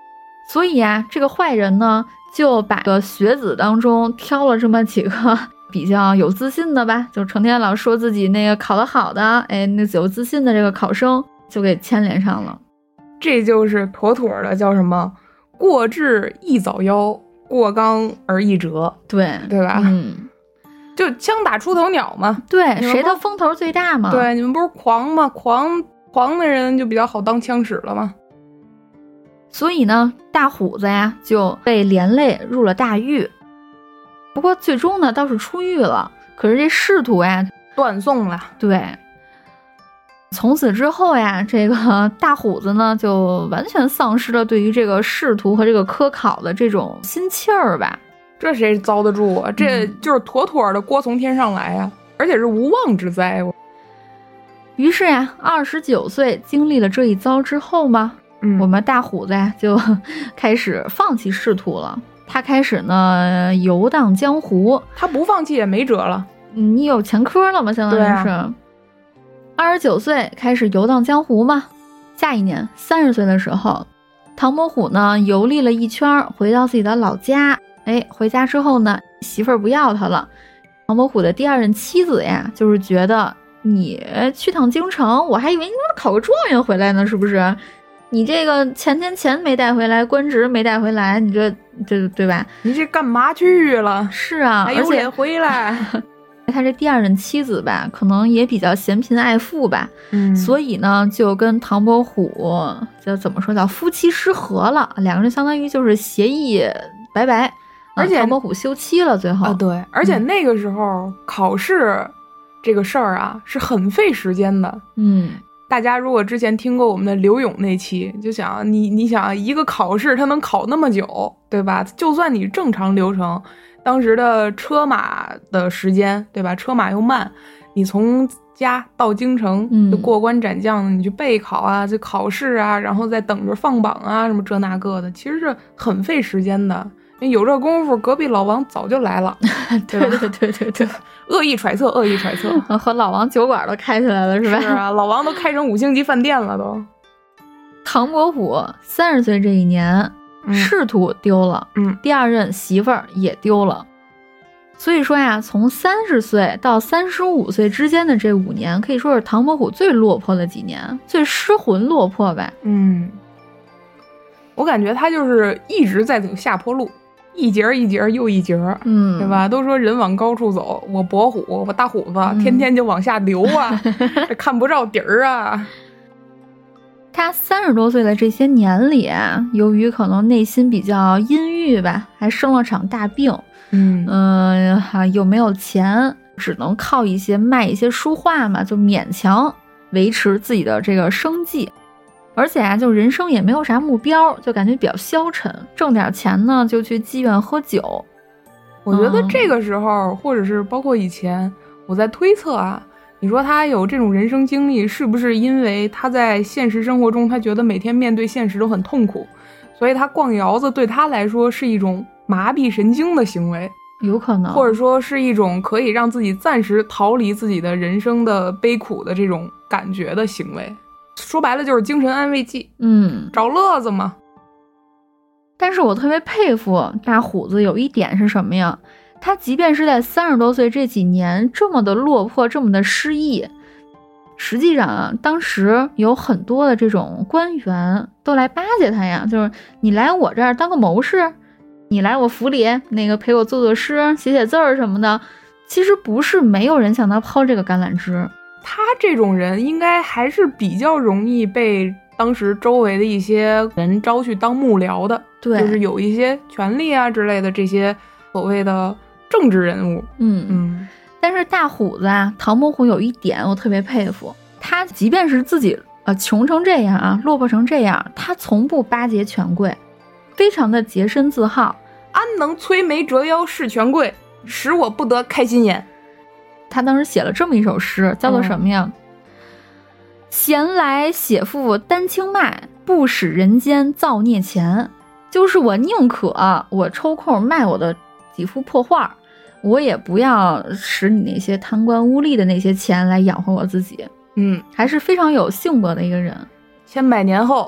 所以啊，这个坏人呢，就把个学子当中挑了这么几个比较有自信的吧，就成天老说自己那个考得好的，哎，那有自信的这个考生就给牵连上了。 这就是妥妥的叫什么？过至亦早夭，过刚而易折， 对对吧？ 嗯， 就枪打出头鸟嘛。 对，谁的风头最大嘛？ 对，你们不是狂吗？狂狂的人就比较好当枪使了嘛。 所以呢，大虎子呀就被连累入了大狱。不过最终呢倒是出狱了，可是这仕途呀断送了。 对，从此之后呀，这个大虎子呢就完全丧失了对于这个仕途和这个科考的这种心气儿吧。 这谁遭得住啊？这就是妥妥的锅从天上来啊，而且是无妄之灾。 于是呀，二十九岁经历了这一遭之后嘛，嗯，我们大虎子呀就开始放弃仕途了。他开始呢游荡江湖， 他不放弃也没辙了。 你有前科了吗？相当于是。二十九岁开始游荡江湖嘛。下一年三十岁的时候，唐伯虎呢游历了一圈，回到自己的老家。哎，回家之后呢，媳妇儿不要他了。唐伯虎的第二任妻子呀，就是觉得你去趟京城，我还以为你考个状元回来呢，是不是？你这个钱钱钱没带回来，官职没带回来，你这这对吧？ 你这干嘛去了？ 是啊， 还有脸回来？ 他这第二任妻子吧，可能也比较嫌贫爱富吧，嗯，所以呢，就跟唐伯虎就怎么说叫夫妻失和了，两个人相当于就是协议拜拜， 而且、 啊、唐伯虎休妻了，最后啊，对，而且那个时候、嗯、考试这个事儿啊是很费时间的， 嗯。 大家如果之前听过我们的刘勇那期，就想你你想一个考试它能考那么久，对吧？就算你正常流程，当时的车马的时间，对吧？车马又慢，你从家到京城就过关斩将，嗯、你去备考啊，就考试啊，然后再等着放榜啊，什么这那个的，其实是很费时间的。有这功夫，隔壁老王早就来了。 对对对对对， 恶意揣测，恶意揣测， 和老王酒馆都开起来了，是吧？ 是啊，老王都开成五星级饭店了都。 唐伯虎三十岁这一年， 嗯、 仕途丢了， 嗯， 第二任媳妇儿也丢了。所以说呀，从三十岁到三十五岁之间的这五年，可以说是唐伯虎最落魄的几年，最失魂落魄吧。 嗯，我感觉他就是一直在走下坡路。一节一节又一节， 嗯， 对吧？都说人往高处走，我伯虎，我大虎子，嗯、天天就往下流啊，这看不着底儿啊。 他三十多岁的这些年里啊，由于可能内心比较阴郁吧，还生了场大病， 嗯嗯、呃，又没有钱，只能靠一些卖一些书画嘛，就勉强维持自己的这个生计。而且啊，就人生也没有啥目标，就感觉比较消沉，挣点钱呢就去妓院喝酒。 我觉得这个时候、嗯、或者是包括以前，我在推测啊，你说他有这种人生经历，是不是因为他在现实生活中他觉得每天面对现实都很痛苦，所以他逛窑子对他来说是一种麻痹神经的行为？ 有可能， 或者说是一种可以让自己暂时逃离自己的人生的悲苦的这种感觉的行为。说白了就是精神安慰剂， 嗯， 找乐子嘛。 但是我特别佩服大虎子有一点是什么呀？他即便是在三十多岁这几年这么的落魄，这么的失意，实际上啊，当时有很多的这种官员都来巴结他呀，就是你来我这儿当个谋士，你来我府里那个陪我做做诗、写写字儿什么的。其实不是没有人向他抛这个橄榄枝。 他这种人应该还是比较容易被当时周围的一些人招去当幕僚的， 对， 就是有一些权力啊之类的这些所谓的政治人物。 嗯嗯。但是大虎子啊，唐伯虎有一点我特别佩服，他即便是自己呃穷成这样啊，落魄成这样，他从不巴结权贵，非常的洁身自好。 安能摧眉折腰事权贵，使我不得开心颜。 他当时写了这么一首诗，叫做什么呀？闲、嗯、来写赋丹青卖，不使人间造孽钱。就是我宁可我抽空卖我的几幅破画，我也不要使你那些贪官污吏的那些钱来养活我自己。 嗯， 还是非常有性格的一个人。 千百年后，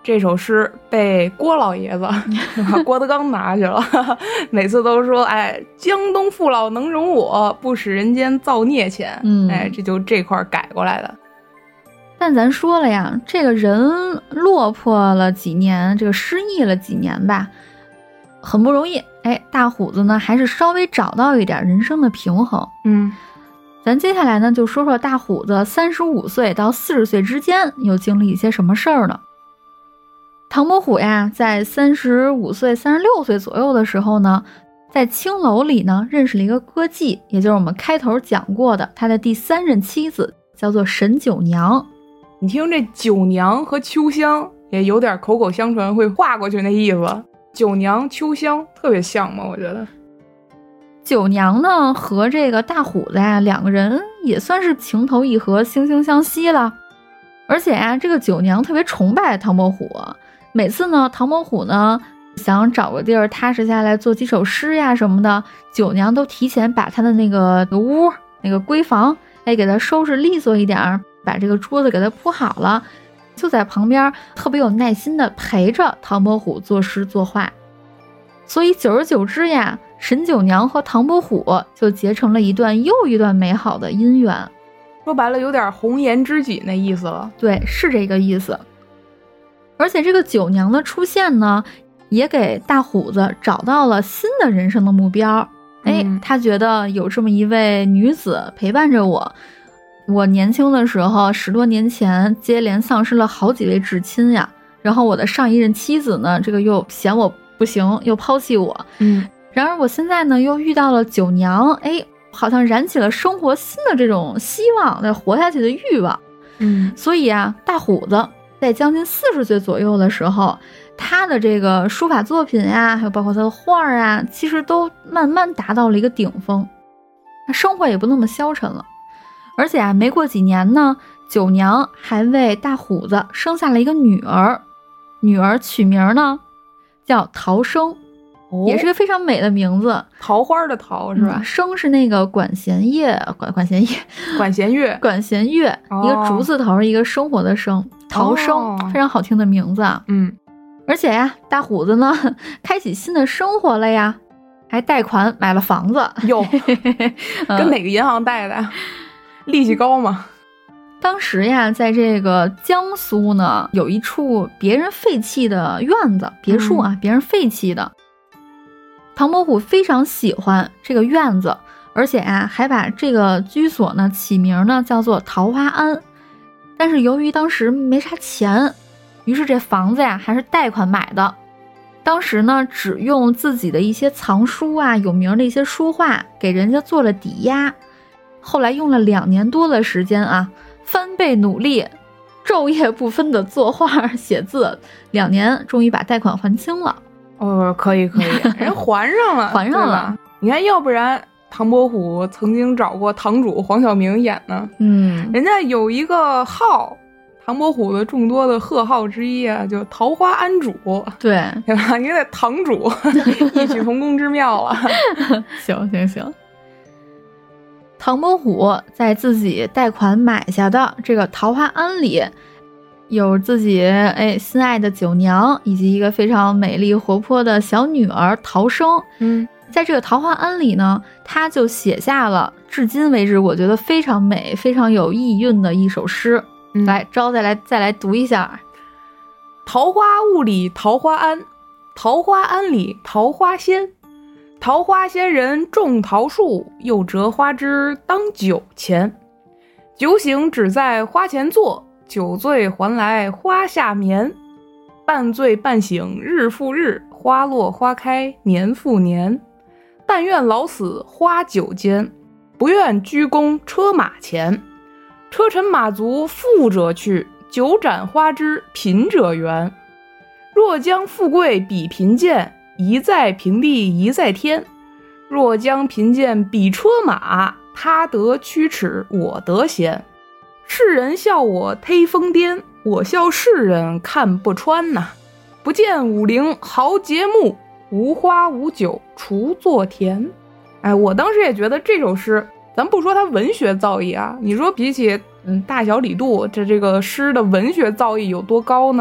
这首诗被郭老爷子郭德纲拿去了，每次都说哎，江东父老能容我，不使人间造孽钱。 嗯， 哎，这就这块改过来的。 但咱说了呀，这个人落魄了几年，这个失意了几年吧，很不容易。哎，大虎子呢还是稍微找到一点人生的平衡。 嗯， 咱接下来呢就说说大虎子三十五岁到四十岁之间又经历一些什么事儿呢？唐伯虎呀，在三十五岁、三十六岁左右的时候呢，在青楼里呢认识了一个歌妓，也就是我们开头讲过的他的第三任妻子，叫做沈九娘。 你听这九娘和秋香也有点口口相传会画过去那意思，九娘秋香特别像嘛，我觉得。 九娘呢和这个大虎子呀两个人也算是情投意合、惺惺相惜了。而且呀，这个九娘特别崇拜唐伯虎，每次呢唐伯虎呢想找个地儿踏实下来做几首诗呀什么的，九娘都提前把他的那个屋那个闺房哎给他收拾利索一点，把这个桌子给他铺好了，就在旁边特别有耐心的陪着唐伯虎作诗作画。所以久而久之呀，沈九娘和唐伯虎就结成了一段又一段美好的姻缘。 说白了有点红颜知己那意思了。 对，是这个意思。而且这个九娘的出现呢，也给大虎子找到了新的人生的目标。哎、嗯，他觉得有这么一位女子陪伴着我，我年轻的时候十多年前接连丧失了好几位至亲呀，然后我的上一任妻子呢，这个又嫌我不行，又抛弃我。 嗯， 然而我现在呢又遇到了九娘，哎，好像燃起了生活新的这种希望，的活下去的欲望。 嗯， 所以啊，大虎子在将近四十岁左右的时候，他的这个书法作品呀，还有包括他的画啊，其实都慢慢达到了一个顶峰，生活也不那么消沉了。而且啊，没过几年呢，九娘还为大虎子生下了一个女儿，女儿取名呢叫桃生，哦、也是个非常美的名字， 桃花的桃是吧？ 嗯、生是那个管弦叶，管管弦叶， 管弦乐， 管弦乐，哦、一个竹字头，一个生活的生，桃生，哦、非常好听的名字啊。 嗯， 而且呀，大虎子呢，开启新的生活了呀，还贷款买了房子， 哟，跟哪个银行贷的？嗯、利息高吗？ 当时呀，在这个江苏呢，有一处别人废弃的院子别墅啊，嗯、别人废弃的。唐伯虎非常喜欢这个院子，而且啊，还把这个居所呢起名呢叫做桃花庵。但是由于当时没啥钱，于是这房子呀还是贷款买的。当时呢，只用自己的一些藏书啊，有名的一些书画给人家做了抵押。后来用了两年多的时间啊，翻倍努力，昼夜不分的作画写字，两年终于把贷款还清了。 哦，可以可以，人还上了， 还上了。 你看，要不然唐伯虎曾经找过堂主黄晓明演呢。 嗯， 人家有一个号，唐伯虎的众多的贺号之一啊，就桃花庵主。 对， 对吧？你看堂主异曲同工之妙啊。 行行行。唐伯虎在自己贷款买下的这个桃花庵里，有自己哎心爱的九娘，以及一个非常美丽活泼的小女儿桃生。 嗯， 在这个桃花庵里呢，他就写下了至今为止我觉得非常美、非常有意蕴的一首诗。 嗯、 来，招再来再来读一下： 桃花坞里桃花庵，桃花庵里桃花仙。桃花仙人种桃树，又折花枝当酒钱。酒醒只在花前坐，酒醉还来花下眠。半醉半醒日复日，花落花开年复年。但愿老死花酒间，不愿居宫车马前。车尘马足富者去，酒斩花枝贫者圆。若将富贵比贫贱，一在平地一在天。若将贫贱比车马，他得驱齿我得闲。世人笑我忒疯癫，我笑世人看不穿呐、啊。不见武陵豪杰墓，无花无酒锄作田。哎，我当时也觉得这首诗，咱不说它文学造诣啊，你说比起嗯大小李杜这这个诗的文学造诣有多高呢？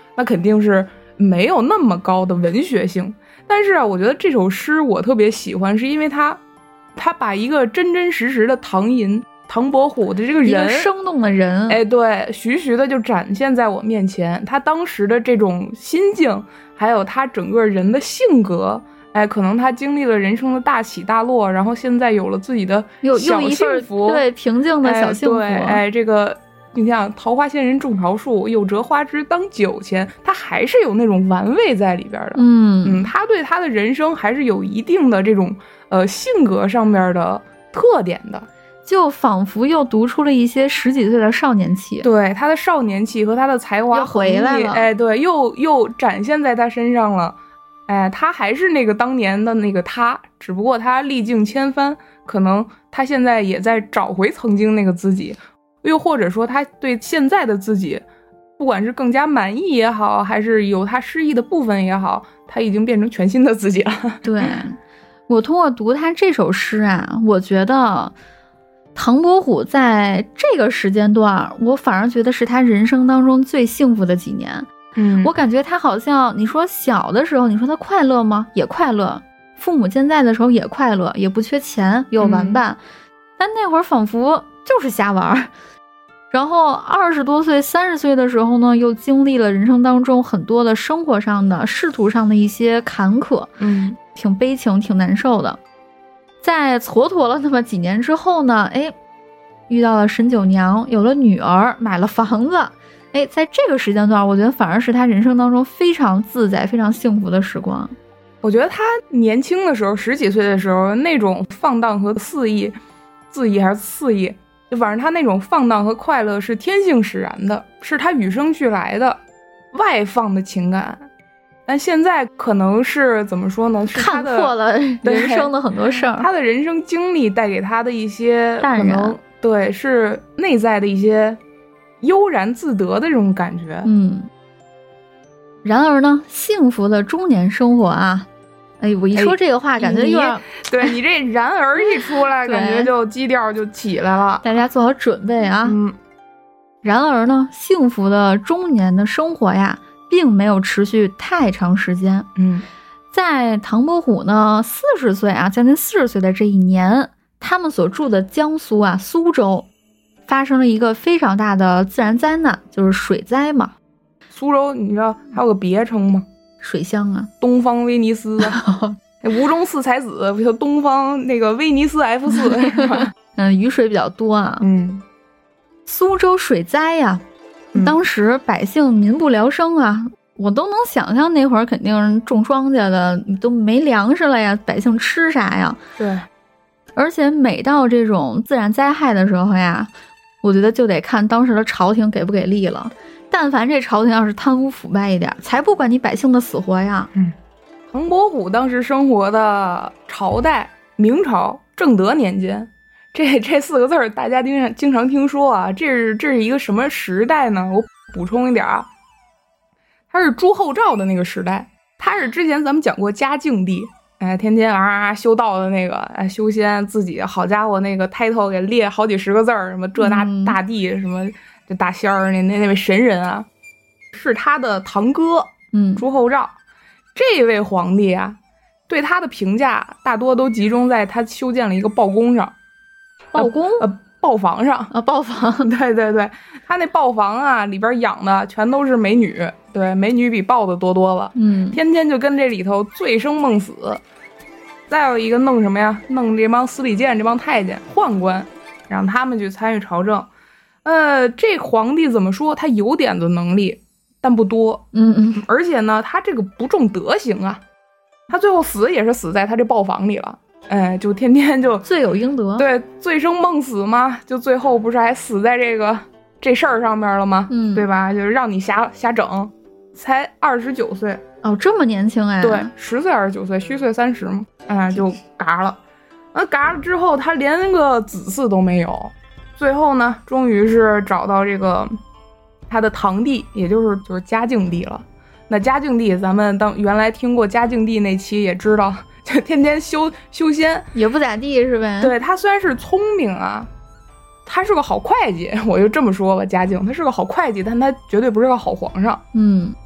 那肯定是没有那么高的文学性。但是啊，我觉得这首诗我特别喜欢，是因为它他把一个真真实实的唐寅唐伯虎的这个人，一个生动的人， 哎，对，徐徐的就展现在我面前。他当时的这种心境，还有他整个人的性格，哎，可能他经历了人生的大起大落，然后现在有了自己的小幸福， 对，平静的小幸福。 哎，对，哎，这个你像桃花仙人种桃树，有折花枝当酒钱，他还是有那种玩味在里边的。 嗯嗯，他对他的人生还是有一定的这种呃性格上面的特点的。 就仿佛又读出了一些十几岁的少年气， 对，他的少年气和他的才华又回来了， 哎，对，又又展现在他身上了，哎，他还是那个当年的那个他，只不过他历尽千帆，可能他现在也在找回曾经那个自己，又或者说他对现在的自己，不管是更加满意也好，还是有他失意的部分也好，他已经变成全新的自己了。 对，我通过读他这首诗啊，我觉得唐伯虎在这个时间段，我反而觉得是他人生当中最幸福的几年。 嗯， 我感觉他好像，你说小的时候，你说他快乐吗？也快乐，父母健在的时候也快乐，也不缺钱，有玩伴。嗯、但那会儿仿佛就是瞎玩。然后二十多岁、三十岁的时候呢，又经历了人生当中很多的生活上的、仕途上的一些坎坷， 嗯， 挺悲情、挺难受的。在蹉跎了那么几年之后呢，哎，遇到了沈九娘，有了女儿，买了房子，哎，在这个时间段，我觉得反而是他人生当中非常自在、非常幸福的时光。 我觉得他年轻的时候，十几岁的时候，那种放荡和肆意，恣意还是肆意，就反正他那种放荡和快乐是天性使然的，是他与生俱来的外放的情感。但现在可能是怎么说呢？是他的看破了人生的很多事儿， 他的人生经历带给他的一些淡然， 对，是内在的一些悠然自得的这种感觉。 嗯。然而呢，幸福的中年生活啊，哎，我一说这个话， 哎、 感觉有点， 你对你这然而一出来，感觉就基调就起来了。 大家做好准备啊。 嗯。 然而呢，幸福的中年的生活呀，并没有持续太长时间。 嗯， 在唐伯虎呢四十岁啊，将近四十岁的这一年，他们所住的江苏啊苏州，发生了一个非常大的自然灾难，就是水灾嘛。 苏州你知道还有个别称吗？ 水乡啊， 东方威尼斯啊。吴中四才子叫东方那个威尼斯 F 四是吧？ 嗯，雨水比较多啊。 嗯， 苏州水灾呀、啊，当时百姓民不聊生啊，我都能想象那会儿肯定种庄稼的都没粮食了呀，百姓吃啥呀？ 对， 而且每到这种自然灾害的时候呀，我觉得就得看当时的朝廷给不给力了。但凡这朝廷要是贪污腐败一点，才不管你百姓的死活呀。 嗯，唐伯虎当时生活的朝代，明朝正德年间，这这四个字儿大家经常经常听说啊。这是这是一个什么时代呢？我补充一点啊，它是朱厚照的那个时代，他是之前咱们讲过嘉靖帝，哎，天天啊修道的那个，哎，修仙自己，好家伙，那个 title 给列好几十个字儿，什么这那大帝，嗯、什么这大仙儿，那那那位神人啊，是他的堂哥， 嗯， 朱厚照。这位皇帝啊，对他的评价大多都集中在他修建了一个报宫上， 报宫呃豹房上啊，豹房， 对对对，他那豹房啊里边养的全都是美女，对，美女比豹子多多了， 嗯， 天天就跟这里头醉生梦死。再有一个弄什么呀？弄这帮司礼监这帮太监宦官，让他们去参与朝政。呃，这皇帝怎么说？他有点子能力，但不多。 嗯嗯， 而且呢，他这个不重德行啊，他最后死也是死在他这豹房里了。哎，就天天就罪有应得， 对，醉生梦死嘛，就最后不是还死在这个这事儿上面了吗？ 嗯， 对吧？就是让你瞎瞎整，才二十九岁哦，这么年轻哎？ 对，十岁二十九岁，虚岁三十嘛，哎，就嘎了。那嘎了之后，他连个子嗣都没有。最后呢，终于是找到这个他的堂弟，也就是就是嘉靖帝了。那嘉靖帝，咱们当原来听过嘉靖帝那期也知道，就天天修修仙， 也不咋地是呗。 对，他虽然是聪明啊，他是个好会计，我就这么说吧，嘉靖他是个好会计，但他绝对不是个好皇上。 嗯，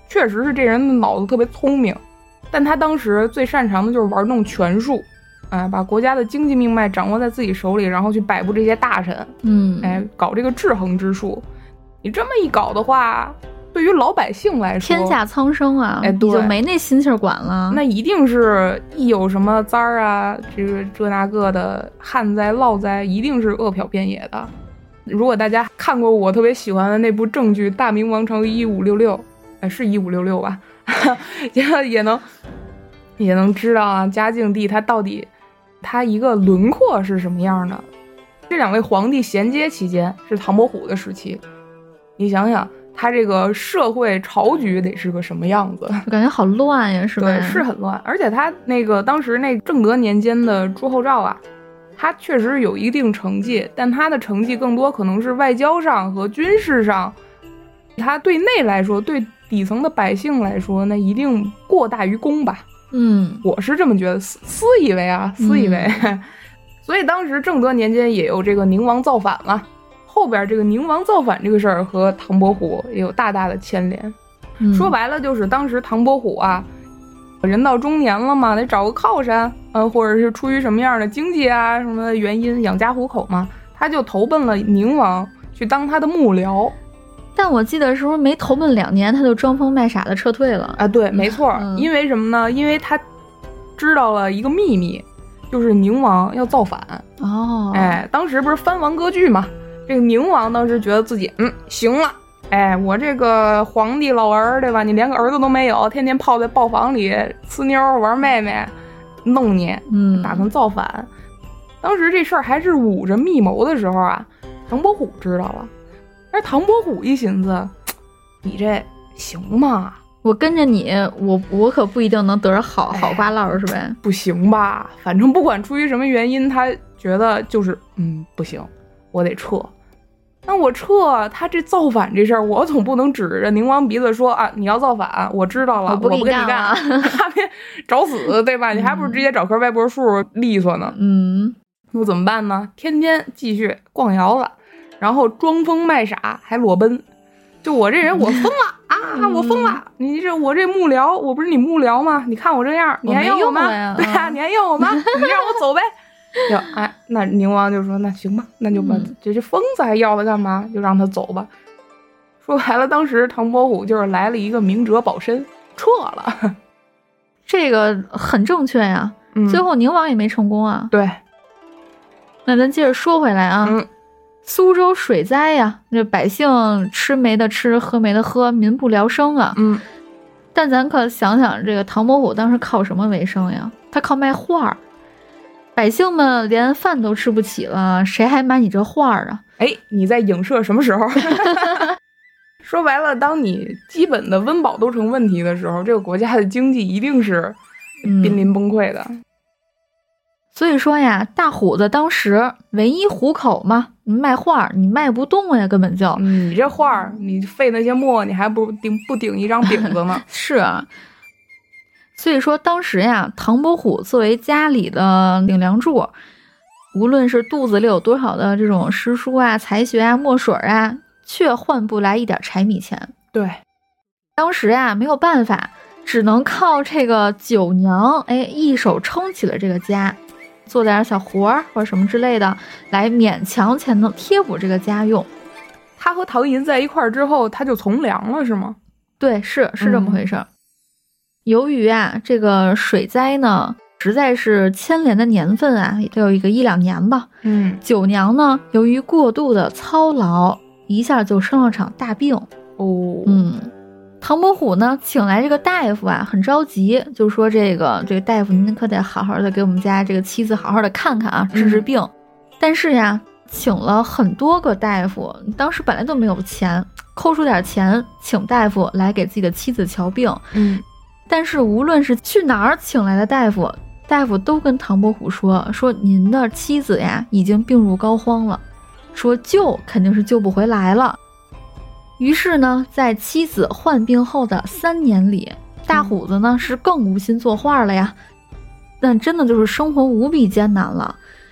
确实是这人的脑子特别聪明，但他当时最擅长的就是玩弄权术，哎，把国家的经济命脉掌握在自己手里，然后去摆布这些大臣， 嗯， 哎，搞这个制衡之术。你这么一搞的话，对于老百姓来说， 天下苍生啊， 哎， 你就没那心气儿管了。 那一定是一有什么灾儿啊，这个这那个的旱灾涝灾，一定是饿殍遍野的。如果大家看过我特别喜欢的那部正剧《大明王朝一五六六》，哎，是一五六六吧，也也能也能知道啊，嘉靖帝他到底他一个轮廓是什么样的。这两位皇帝衔接期间是唐伯虎的时期，你想想他这个社会朝局得是个什么样子， 就感觉好乱呀，是吧？ 对，是很乱。而且他那个当时那正德年间的朱厚照啊，他确实有一定成绩，但他的成绩更多可能是外交上和军事上，他对内来说，对底层的百姓来说，那一定过大于功吧。 嗯， 我是这么觉得，私私以为啊，私以为。嗯、所以当时正德年间也有这个宁王造反了。后边这个宁王造反这个事儿和唐伯虎也有大大的牵连、嗯、说白了就是当时唐伯虎啊人到中年了嘛，得找个靠山，呃，或者是出于什么样的经济啊什么的原因养家糊口嘛，他就投奔了宁王去当他的幕僚。 但我记得是不是没投奔两年他就装疯卖傻的撤退了啊？对，没错、嗯、因为什么呢？因为他知道了一个秘密，就是宁王要造反。 哦， 哎，当时不是藩王割据嘛，这个宁王当时觉得自己嗯行了，哎，我这个皇帝老儿对吧，你连个儿子都没有，天天泡在豹房里呲妞玩妹妹弄你， 嗯， 打算造反。当时这事儿还是捂着密谋的时候啊，唐伯虎知道了。而唐伯虎一寻思，你这行吗？ 我跟着你，我我可不一定能得着好好瓜烙，是呗？ 不行吧？反正不管出于什么原因，他觉得就是嗯不行，我得撤。那我撤，他这造反这事儿，我总不能指着宁王鼻子说啊，你要造反，我知道了， 我不跟你干，他别找死，对吧？你还不如直接找棵歪脖树利索呢。 嗯， 那怎么办呢？天天继续逛窑子，然后装疯卖傻，还裸奔。就我这人，我疯了啊！我疯了！你这我这幕僚，我不是你幕僚吗？你看我这样，你还要我吗？ 我对啊，你还要我吗？你让我走呗。就哎，那宁王就说那行吧，那就把、嗯、这这疯子还要他干嘛？就让他走吧。说白了，当时唐伯虎就是来了一个明哲保身，撤了。 这个很正确呀、 嗯， 最后宁王也没成功啊。 对。 那咱接着说回来啊。 嗯。 苏州水灾呀，这百姓吃没得吃，喝没得喝，民不聊生啊。 嗯， 但咱可想想，这个唐伯虎当时靠什么为生呀？他靠卖画，百姓们连饭都吃不起了，谁还买你这画啊？ 哎，你在影射什么时候？说白了，当你基本的温饱都成问题的时候，这个国家的经济一定是濒临崩溃的。 嗯，所以说呀，大虎子当时唯一糊口嘛，你卖画你卖不动呀，根本就、 嗯、你这画你费那些墨，你还不如顶不顶一张饼子呢。 是啊，所以说当时呀，唐伯虎作为家里的顶梁柱，无论是肚子里有多少的这种诗书啊、才学啊、墨水啊，却换不来一点柴米钱。 对， 当时呀没有办法，只能靠这个九娘哎一手撑起了这个家，做点小活儿或者什么之类的，来勉强才能贴补这个家用。 他和唐寅在一块儿之后，他就从良了，是吗？ 对，是是这么回事、嗯。由于啊，这个水灾呢，实在是牵连的年份啊，也得有一个一两年吧。 嗯， 九娘呢，由于过度的操劳，一下就生了场大病。 哦， 嗯。唐伯虎呢，请来这个大夫啊，很着急，就说这个这个大夫，您可得好好的给我们家这个妻子好好的看看啊，治治病。嗯、但是呀，请了很多个大夫，当时本来都没有钱，抠出点钱请大夫来给自己的妻子瞧病。 嗯， 但是无论是去哪儿请来的大夫，大夫都跟唐伯虎说说您的妻子呀已经病入膏肓了，说救肯定是救不回来了。于是呢，在妻子患病后的三年里，大虎子呢是更无心作画了呀。但真的就是生活无比艰难了。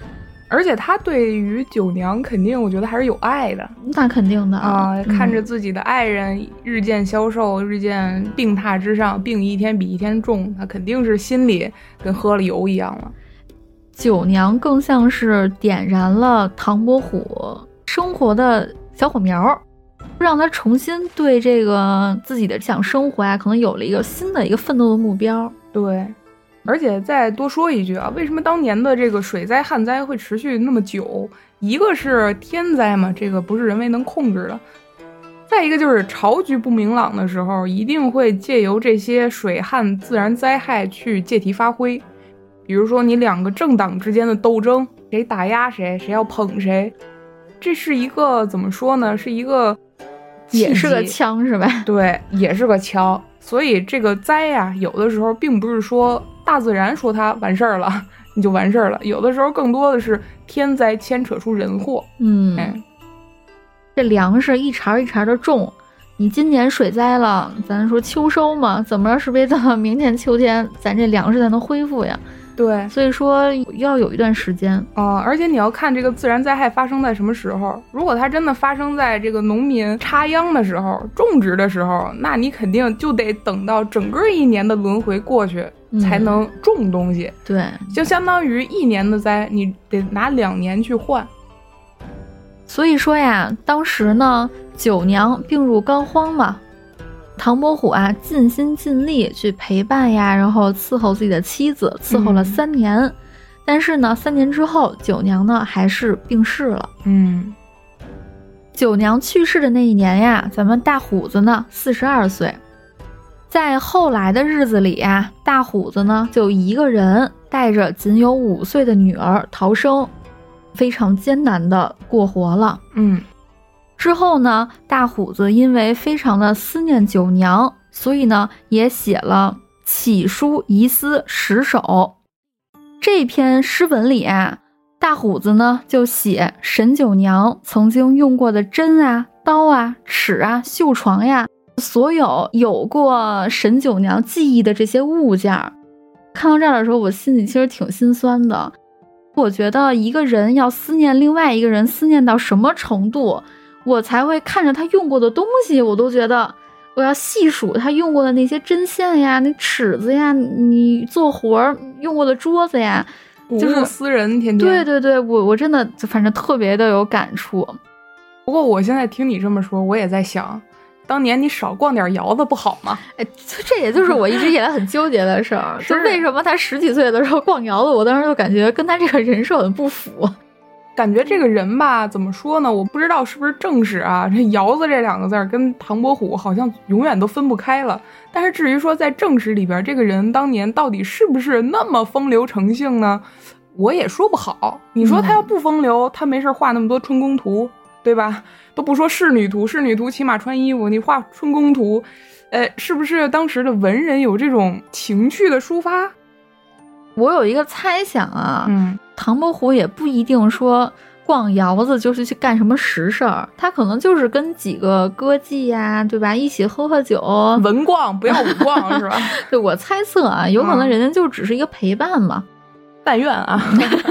而且他对于九娘肯定我觉得还是有爱的， 那肯定的啊、呃嗯！看着自己的爱人日渐消瘦，日渐病榻之上，病一天比一天重，他肯定是心里跟喝了油一样了。 九娘更像是点燃了唐伯虎生活的小火苗，让他重新对这个自己的想生活呀、啊，可能有了一个新的一个奋斗的目标。 对。而且再多说一句啊，为什么当年的这个水灾旱灾会持续那么久？一个是天灾嘛，这个不是人为能控制的，再一个就是朝局不明朗的时候，一定会借由这些水旱自然灾害去借题发挥。比如说你两个政党之间的斗争，谁打压谁，谁要捧谁，这是一个怎么说呢，是一个也是个枪是吧？ 对，也是个枪。所以这个灾呀、啊，有的时候并不是说大自然说它完事儿了你就完事儿了，有的时候更多的是天灾牵扯出人祸。 嗯，哎、这粮食一茬一茬的种，你今年水灾了，咱说秋收嘛，怎么着是不是到明年秋天咱这粮食才能恢复呀？ 对， 所以说要有一段时间啊、呃，而且你要看这个自然灾害发生在什么时候。如果它真的发生在这个农民插秧的时候、种植的时候，那你肯定就得等到整个一年的轮回过去、嗯、才能种东西。 对， 就相当于一年的灾，你得拿两年去换。 所以说呀，当时呢，九娘病入膏肓嘛。唐伯虎啊，尽心尽力去陪伴呀，然后伺候自己的妻子，伺候了三年。嗯、但是呢，三年之后，九娘呢还是病逝了。 嗯， 九娘去世的那一年呀，咱们大虎子呢四十二岁。在后来的日子里呀，大虎子呢就一个人带着仅有五岁的女儿逃生，非常艰难的过活了。 嗯。 之后呢，大虎子因为非常的思念九娘，所以呢也写了起书遗思十首。这篇诗文里啊，大虎子呢就写沈九娘曾经用过的针啊、刀啊、尺啊、绣床呀，所有有过沈九娘记忆的这些物件。看到这儿的时候，我心里其实挺心酸的。我觉得一个人要思念另外一个人，思念到什么程度，我才会看着他用过的东西，我都觉得我要细数他用过的那些针线呀、那尺子呀、你做活用过的桌子呀， 就是私人天天。 对对对，我我真的反正特别的有感触。 不过我现在听你这么说，我也在想，当年你少逛点窑子不好吗？ 哎，这也就是我一直以来很纠结的事儿，就为什么他十几岁的时候逛窑子，我当时就感觉跟他这个人设很不符。 感觉这个人吧，怎么说呢？我不知道是不是正史啊，这窑子这两个字跟唐伯虎好像永远都分不开了。但是至于说在正史里边，这个人当年到底是不是那么风流成性呢？我也说不好。你说他要不风流，嗯、他没事画那么多春宫图，对吧？都不说仕女图，仕女图起码穿衣服，你画春宫图，呃，是不是当时的文人有这种情趣的抒发？ 我有一个猜想啊， 嗯， 唐伯虎也不一定说逛窑子就是去干什么实事儿，他可能就是跟几个歌妓呀，对吧，一起喝喝酒， 文逛不要武逛是吧？ 对，我猜测啊，有可能人家就只是一个陪伴嘛。 但愿啊。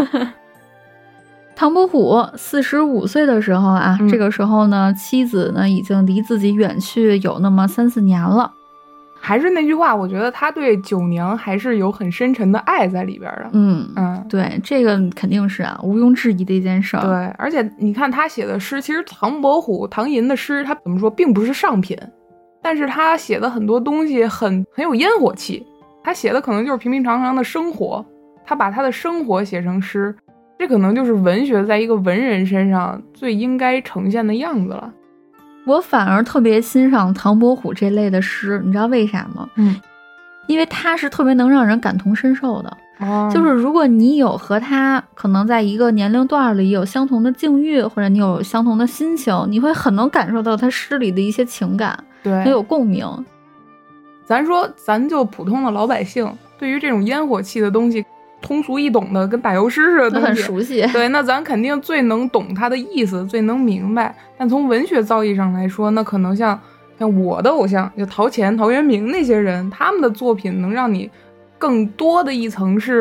唐伯虎四十五岁的时候啊、嗯，这个时候呢，妻子呢已经离自己远去有那么三四年了。 还是那句话，我觉得他对九娘还是有很深沉的爱在里边的。 嗯嗯，对，这个肯定是啊，毋庸置疑的一件事儿。 对，而且你看他写的诗，其实唐伯虎、唐寅的诗，他怎么说，并不是上品，但是他写的很多东西很很有烟火气。他写的可能就是平平常常的生活，他把他的生活写成诗，这可能就是文学在一个文人身上最应该呈现的样子了。 我反而特别欣赏唐伯虎这类的诗，你知道为啥吗？ 嗯， 因为他是特别能让人感同身受的。 哦， 就是如果你有和他可能在一个年龄段里有相同的境遇，或者你有相同的心情，你会很能感受到他诗里的一些情感， 对， 很有共鸣。 咱说咱就普通的老百姓，对于这种烟火气的东西，通俗易懂的跟打油诗似的东西很熟悉， 对，那咱肯定最能懂它的意思，最能明白。但从文学造诣上来说，那可能像像我的偶像就陶潜、陶渊明那些人，他们的作品能让你更多的一层是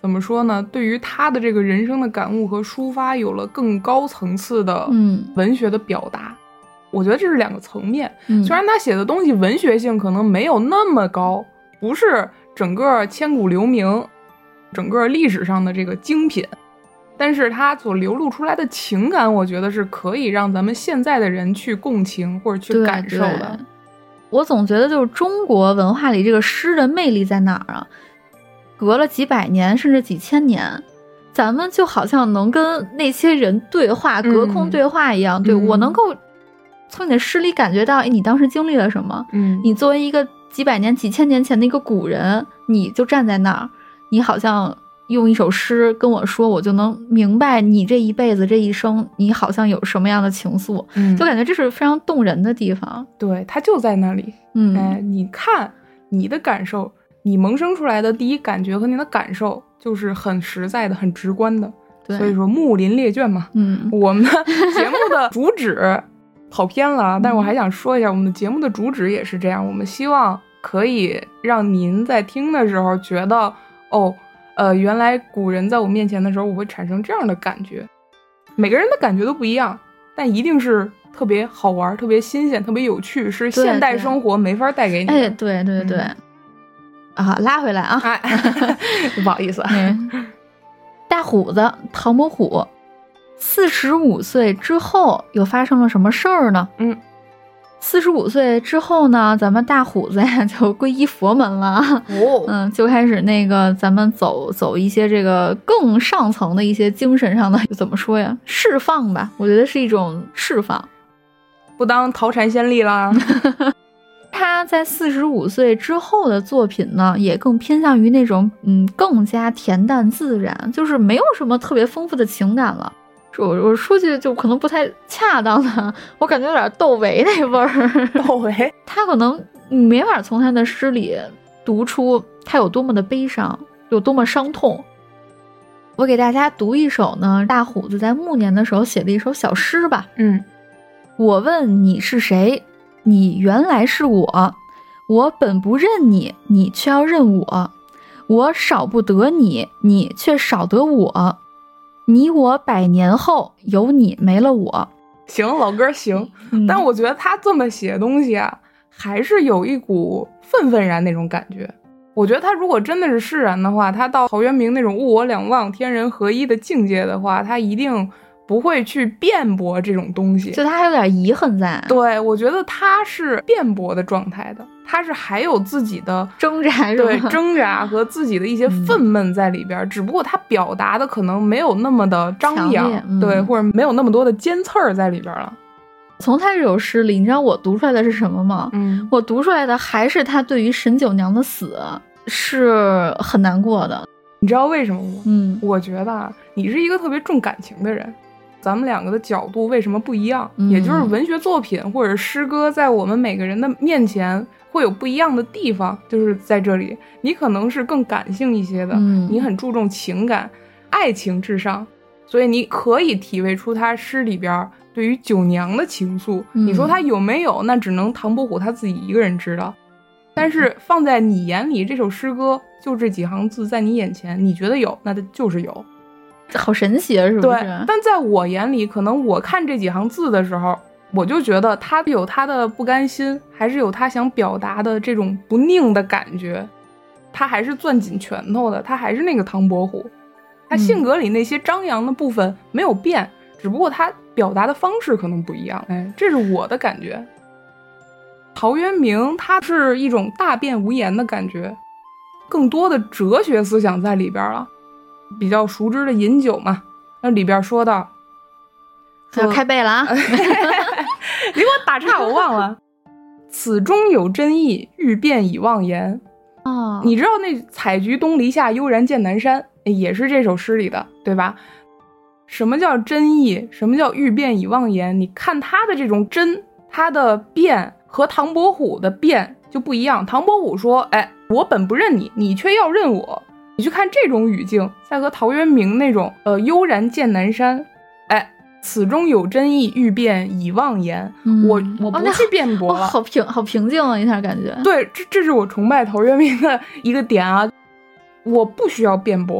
怎么说呢？对于他的这个人生的感悟和抒发，有了更高层次的文学的表达。嗯、我觉得这是两个层面。嗯、虽然他写的东西文学性可能没有那么高，不是整个千古留名、整个历史上的这个精品，但是他所流露出来的情感，我觉得是可以让咱们现在的人去共情或者去感受的。 对对，我总觉得就是中国文化里这个诗的魅力在哪儿啊？隔了几百年甚至几千年，咱们就好像能跟那些人对话，隔空对话一样。嗯、对、嗯、我能够从你的诗里感觉到，哎，你当时经历了什么？嗯，你作为一个几百年、几千年前的一个古人，你就站在那儿，你好像用一首诗跟我说，我就能明白你这一辈子、这一生，你好像有什么样的情愫。嗯，就感觉这是非常动人的地方。 对，它就在那里。嗯，哎，你看你的感受。你萌生出来的第一感觉和你的感受就是很实在的、很直观的，所以说木林列卷嘛。嗯，我们的节目的主旨跑偏了，但是我还想说一下，我们的节目的主旨也是这样，我们希望可以让您在听的时候觉得，哦，呃，原来古人在我面前的时候，我会产生这样的感觉。每个人的感觉都不一样，但一定是特别好玩、特别新鲜、特别有趣，是现代生活没法带给你的。 哎，对对对。嗯啊，拉回来啊！ 哎、不好意思， 嗯、大虎子唐伯虎，四十五岁之后又发生了什么事儿呢？嗯，四十五岁之后呢，咱们大虎子呀就皈依佛门了。哦，嗯，就开始那个咱们走走一些这个更上层的一些精神上的怎么说呀？释放吧，我觉得是一种释放， 不当桃禅先例啦。 他在四十五岁之后的作品呢，也更偏向于那种嗯更加恬淡自然，就是没有什么特别丰富的情感了。我我说句就可能不太恰当的，我感觉有点窦唯那味儿。 窦唯， 他可能没法从他的诗里读出他有多么的悲伤，有多么伤痛。我给大家读一首呢，大虎子在暮年的时候写的一首小诗吧。嗯，我问你是谁？你原来是我，我本不认你，你却要认我，我少不得你，你却少得我，你我百年后，有你没了我。 行，老哥行、嗯、但我觉得他这么写东西啊，还是有一股愤愤然那种感觉。我觉得他如果真的是释然的话，他到陶渊明那种物我两忘、天人合一的境界的话，他一定不会去辩驳这种东西， 就他还有点遗恨在。 对，我觉得他是辩驳的状态的，他是还有自己的挣扎， 对，挣扎和自己的一些愤懑在里边、嗯、只不过他表达的可能没有那么的张扬、嗯、对，或者没有那么多的尖刺儿在里边了。 从他这首诗里，你知道我读出来的是什么吗？嗯，我读出来的还是他对于沈九娘的死是很难过的。 你知道为什么吗？嗯，我觉得你是一个特别重感情的人，咱们两个的角度为什么不一样、嗯、也就是文学作品或者诗歌在我们每个人的面前会有不一样的地方，就是在这里你可能是更感性一些的、嗯、你很注重情感，爱情至上，所以你可以体味出他诗里边对于九娘的情愫、嗯、你说他有没有，那只能唐伯虎他自己一个人知道，但是放在你眼里，这首诗歌就这几行字在你眼前，你觉得有，那它就是有， 好神奇啊，是不是？ 对，但在我眼里，可能我看这几行字的时候，我就觉得他有他的不甘心，还是有他想表达的这种不宁的感觉，他还是攥紧拳头的，他还是那个唐伯虎，他性格里那些张扬的部分没有变、嗯、只不过他表达的方式可能不一样。哎，这是我的感觉。陶渊明他是一种大辩无言的感觉，更多的哲学思想在里边了。比较熟知的饮酒嘛，那里边说到要开背了啊你给我打岔我忘了此中有真意，欲辨已忘言。哦，你知道那采菊东篱下，悠然见南山也是这首诗里的，对吧？什么叫真意，什么叫欲辨已忘言，你看他的这种真，他的辩和唐伯虎的辩就不一样。唐伯虎说，哎，我本不认你，你却要认我。你去看这种语境，再和陶渊明那种呃悠然见南山，哎，此中有真意，欲辨已忘言。嗯、我我不去辩驳了、 哦哦，好平好平静了一下感觉。 对，这这是我崇拜陶渊明的一个点啊！我不需要辩驳，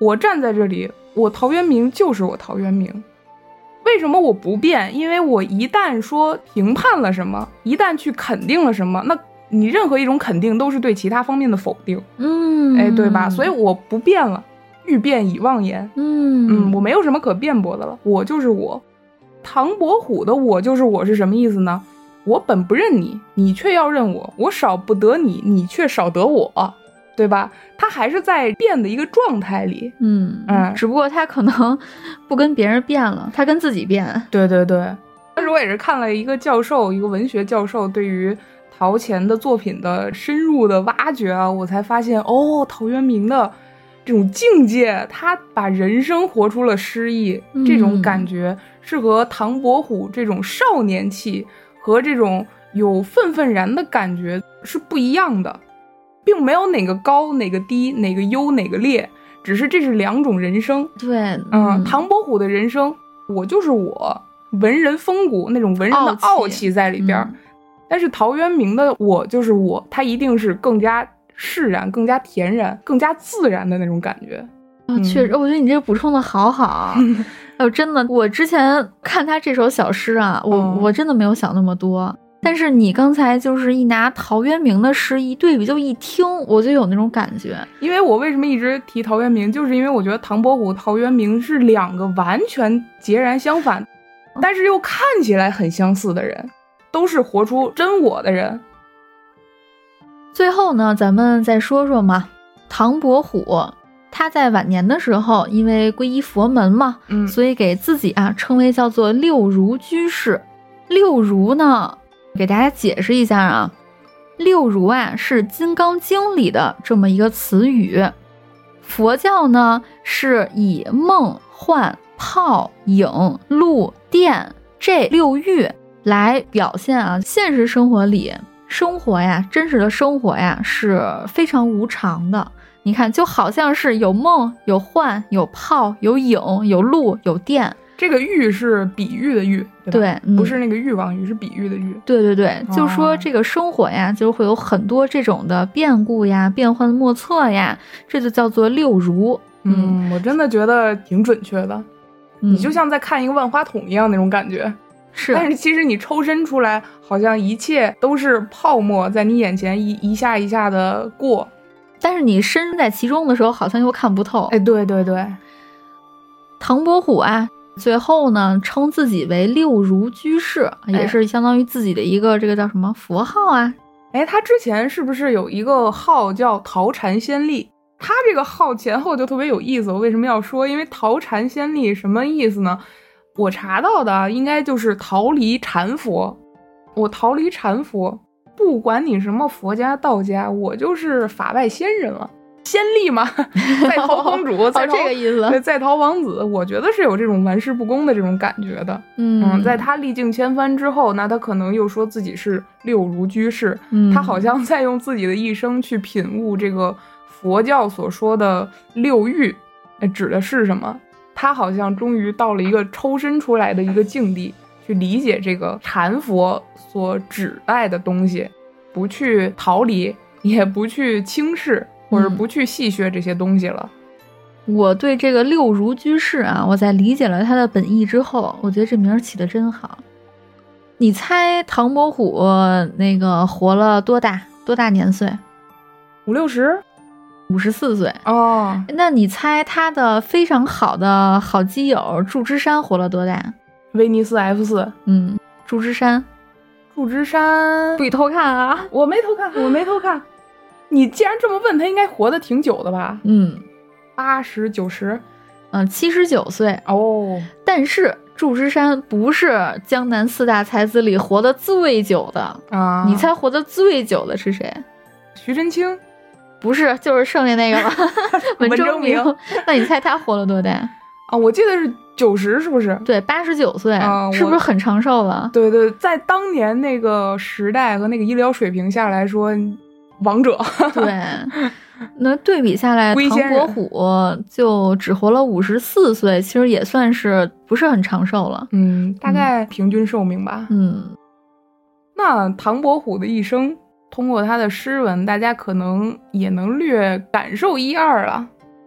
我站在这里，我陶渊明就是我陶渊明。为什么我不变？因为我一旦说评判了什么，一旦去肯定了什么，那你任何一种肯定都是对其他方面的否定。 嗯， 哎，对吧？所以我不变了，欲变已忘言。 嗯嗯，我没有什么可辩驳的了，我就是我。唐伯虎的我就是我是什么意思呢？我本不认你，你却要认我，我少不得你，你却少得我，对吧？他还是在变的一个状态里。 嗯嗯， 只不过他可能不跟别人变了，他跟自己变。 对对对。但是我也是看了一个教授，一个文学教授对于陶潜的作品的深入的挖掘啊，我才发现哦，陶渊明的这种境界，他把人生活出了诗意， 嗯、 这种感觉是和唐伯虎这种少年气和这种有愤愤然的感觉是不一样的，并没有哪个高哪个低，哪个优哪个劣，只是这是两种人生。 对， 嗯、 嗯， 唐伯虎的人生，我就是我，文人风骨那种文人的傲气在里边、嗯、但是陶渊明的我就是我，他一定是更加释然，更加恬然，更加自然的那种感觉。 啊，确实，我觉得你这补充的好好。哎呦，真的，我之前看他这首小诗啊，我、嗯、我真的没有想那么多。但是你刚才就是一拿陶渊明的诗一对比，就一听，我就有那种感觉。 因为我为什么一直提陶渊明，就是因为我觉得唐伯虎、陶渊明是两个完全截然相反，但是又看起来很相似的人，都是活出真我的人。 最后呢，咱们再说说嘛，唐伯虎他在晚年的时候，因为皈依佛门嘛，嗯，所以给自己啊称为叫做六儒居士。六儒呢，给大家解释一下啊，六儒啊是《金刚经》里的这么一个词语。佛教呢是以梦、幻、泡、影、露、电这六欲来表现啊现实生活里生活呀，真实的生活呀是非常无常的。你看，就好像是有梦、有幻、有泡、有影、有露、有电。 这个欲是比喻的喻，对吧？ 对、嗯， 不是那个欲望欲，是比喻的喻。 对对对，就说这个生活呀，就会有很多这种的变故呀、变幻莫测呀，这就叫做六儒。 嗯，嗯我真的觉得挺准确的、嗯。你就像在看一个万花筒一样那种感觉。 是， 但是其实你抽身出来，好像一切都是泡沫在你眼前一一下一下的过。 但是你身在其中的时候，好像又看不透。 哎，对对对。 唐伯虎啊，最后呢，称自己为六儒居士，也是相当于自己的一个这个叫什么佛号啊。 哎，他之前是不是有一个号叫桃禅仙力？他这个号前后就特别有意思。我为什么要说？因为桃禅仙力什么意思呢？我查到的应该就是逃离禅佛。我逃离禅佛，不管你什么佛家道家，我就是法外仙人了。仙力嘛，在逃公主，在逃、 哦、这个意思， 对，在逃王子，我觉得是有这种玩世不恭的这种感觉的。 嗯, 嗯，在他历尽千帆之后，那他可能又说自己是六儒居士、 嗯， 他好像在用自己的一生去品悟这个佛教所说的六欲，指的是什么？他好像终于到了一个抽身出来的一个境地，去理解这个禅佛所指代的东西，不去逃离，也不去轻视。或者不去细学这些东西了、 嗯、我对这个六儒居士啊，我在理解了他的本意之后，我觉得这名起得真好。你猜唐伯虎那个活了多大多大年岁？ 五六十五十四岁哦。 那你猜他的非常好的好基友祝枝山活了多大？ 威尼斯 F 四。 嗯，祝枝山祝枝山不许偷看啊。 我没偷看我没偷看你既然这么问，他应该活得挺久的吧？ 嗯， 八十九十， 嗯，七十九岁哦。 但是祝枝山不是江南四大才子里活得最久的啊！ 你猜活得最久的是谁？ 徐真卿？ 不是，就是剩下那个了，文征明。那你猜他活了多大？ 啊，我记得是九十，是不是？ 对，八十九岁， 啊， 是不是很长寿了？ 对对，在当年那个时代和那个医疗水平下来说。王者。 对，那对比下来，唐伯虎就只活了五十四岁，其实也算是不是很长寿了。 嗯，大概平均寿命吧。 嗯， 那唐伯虎的一生，通过他的诗文，大家可能也能略感受一二了。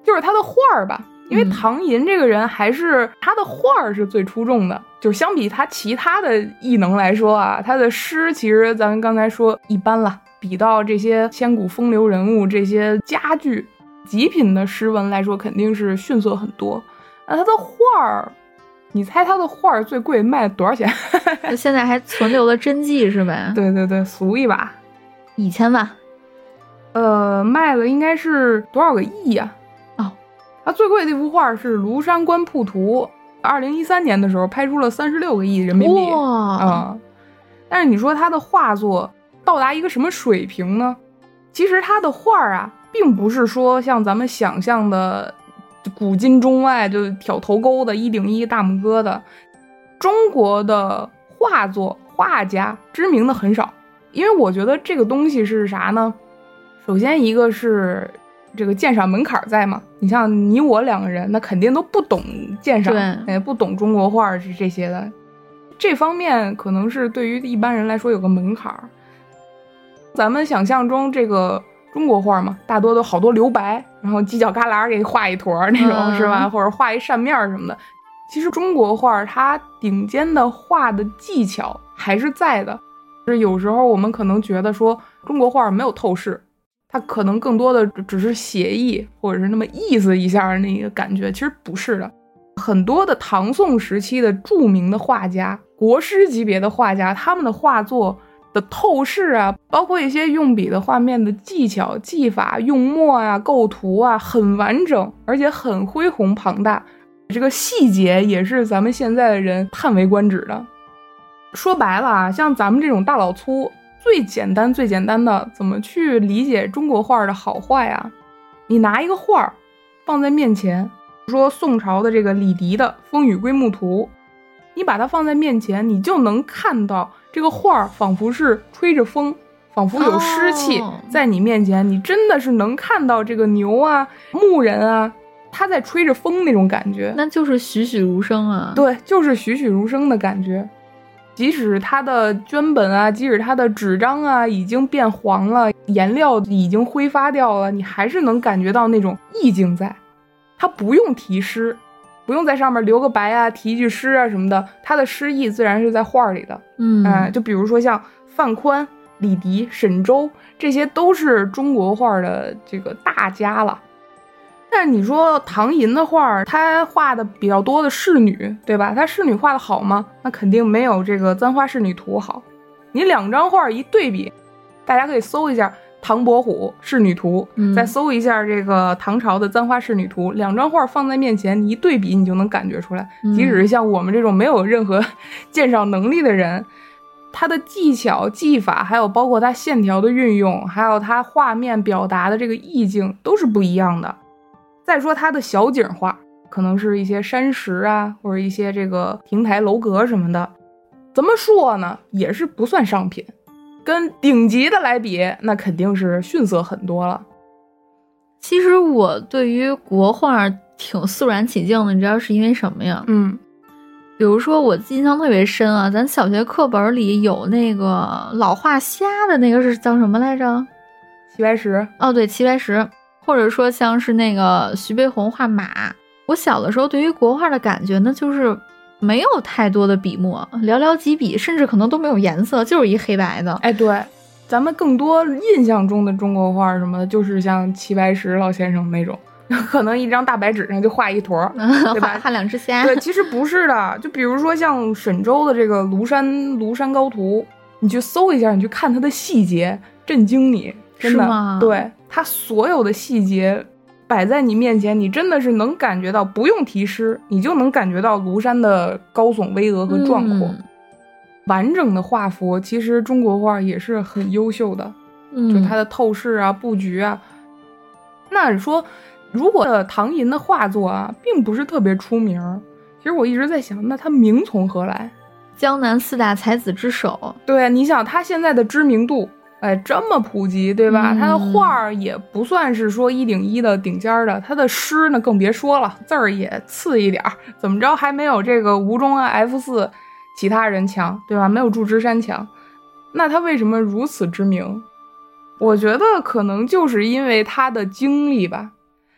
就是他的画儿吧。因为唐寅这个人还是他的画儿是最出众的，就是相比他其他的艺能来说啊，他的诗其实咱们刚才说一般了，比到这些千古风流人物这些佳句极品的诗文来说，肯定是逊色很多。那他的画儿，你猜他的画儿最贵卖多少钱？ 现在还存留了真迹是吧？ 对对对，俗一把， 一千万。 呃，卖了应该是多少个亿呀、啊？他最贵的一幅画是《庐山观瀑图》，二零一三年的时候拍出了三十六个亿人民币。 哇、 嗯！但是你说他的画作到达一个什么水平呢？其实他的画啊，并不是说像咱们想象的古今中外就挑头钩的一顶一大拇哥的。中国的画作画家知名的很少，因为我觉得这个东西是啥呢？首先一个是这个鉴赏门槛在嘛，你像你我两个人那肯定都不懂鉴赏，也不懂中国画是这些的，这方面可能是对于一般人来说有个门槛。咱们想象中这个中国画嘛，大多都好多留白，然后犄角旮旯给画一坨那种、嗯、是吧，或者画一扇面什么的。其实中国画它顶尖的画的技巧还是在的，是有时候我们可能觉得说中国画没有透视，它可能更多的只是写意，或者是那么意思一下那个感觉，其实不是的。很多的唐宋时期的著名的画家，国师级别的画家，他们的画作的透视啊，包括一些用笔的画面的技巧、技法、用墨啊、构图啊，很完整，而且很恢宏庞大。这个细节也是咱们现在的人叹为观止的。说白了啊，像咱们这种大老粗，最简单最简单的怎么去理解中国画的好坏啊？你拿一个画放在面前，说宋朝的这个李狄的《风雨归牧图》，你把它放在面前，你就能看到这个画仿佛是吹着风，仿佛有湿气在你面前、哦、你真的是能看到这个牛啊、牧人啊，他在吹着风那种感觉， 那就是栩栩如生啊。 对，就是栩栩如生的感觉。即使它的绢本啊，即使它的纸张啊已经变黄了，颜料已经挥发掉了，你还是能感觉到那种意境在。它不用题诗，不用在上面留个白啊，提一句诗啊什么的，它的诗意自然是在画里的。 嗯、 呃，就比如说像范宽、李狄、沈周，这些都是中国画的这个大家了。但是你说唐寅的画，他画的比较多的仕女，对吧？他仕女画的好吗？那肯定没有这个簪花仕女图好。你两张画一对比，大家可以搜一下唐伯虎仕女图、嗯、再搜一下这个唐朝的簪花仕女图，两张画放在面前，你一对比你就能感觉出来、嗯、即使是像我们这种没有任何鉴赏能力的人，他的技巧技法，还有包括他线条的运用，还有他画面表达的这个意境都是不一样的。再说他的小景画，可能是一些山石啊，或者一些这个亭台楼阁什么的，怎么说呢，也是不算上品，跟顶级的来比，那肯定是逊色很多了。 其实我对于国画挺肃然起敬的，你知道是因为什么呀？ 嗯， 比如说我印象特别深啊，咱小学课本里有那个老画虾的那个是叫什么来着？ 齐白石。 哦，对，齐白石。或者说像是那个徐悲鸿画马，我小的时候对于国画的感觉呢，就是没有太多的笔墨，寥寥几笔，甚至可能都没有颜色，就是一黑白的。 哎，对，咱们更多印象中的中国画什么的，就是像齐白石老先生那种，可能一张大白纸上就画一坨，对吧？ 画两只虾。 对，其实不是的，就比如说像沈周的这个庐山庐山高图，你去搜一下，你去看它的细节，震惊你，真的。 是吗？ 对。它所有的细节摆在你面前，你真的是能感觉到，不用题诗，你就能感觉到庐山的高耸巍峨和壮阔、嗯、完整的画幅。其实中国画也是很优秀的、嗯、就它的透视啊、布局啊。那你说如果唐寅的画作啊并不是特别出名，其实我一直在想，那他名从何来？ 江南四大才子之首。 对，你想他现在的知名度哎，这么普及，对吧？嗯、他的画也不算是说一顶一的顶尖的，他的诗呢更别说了，字儿也次一点儿，怎么着还没有这个吴中啊 F 四其他人强，对吧？没有祝枝山强。那他为什么如此知名？我觉得可能就是因为他的经历吧。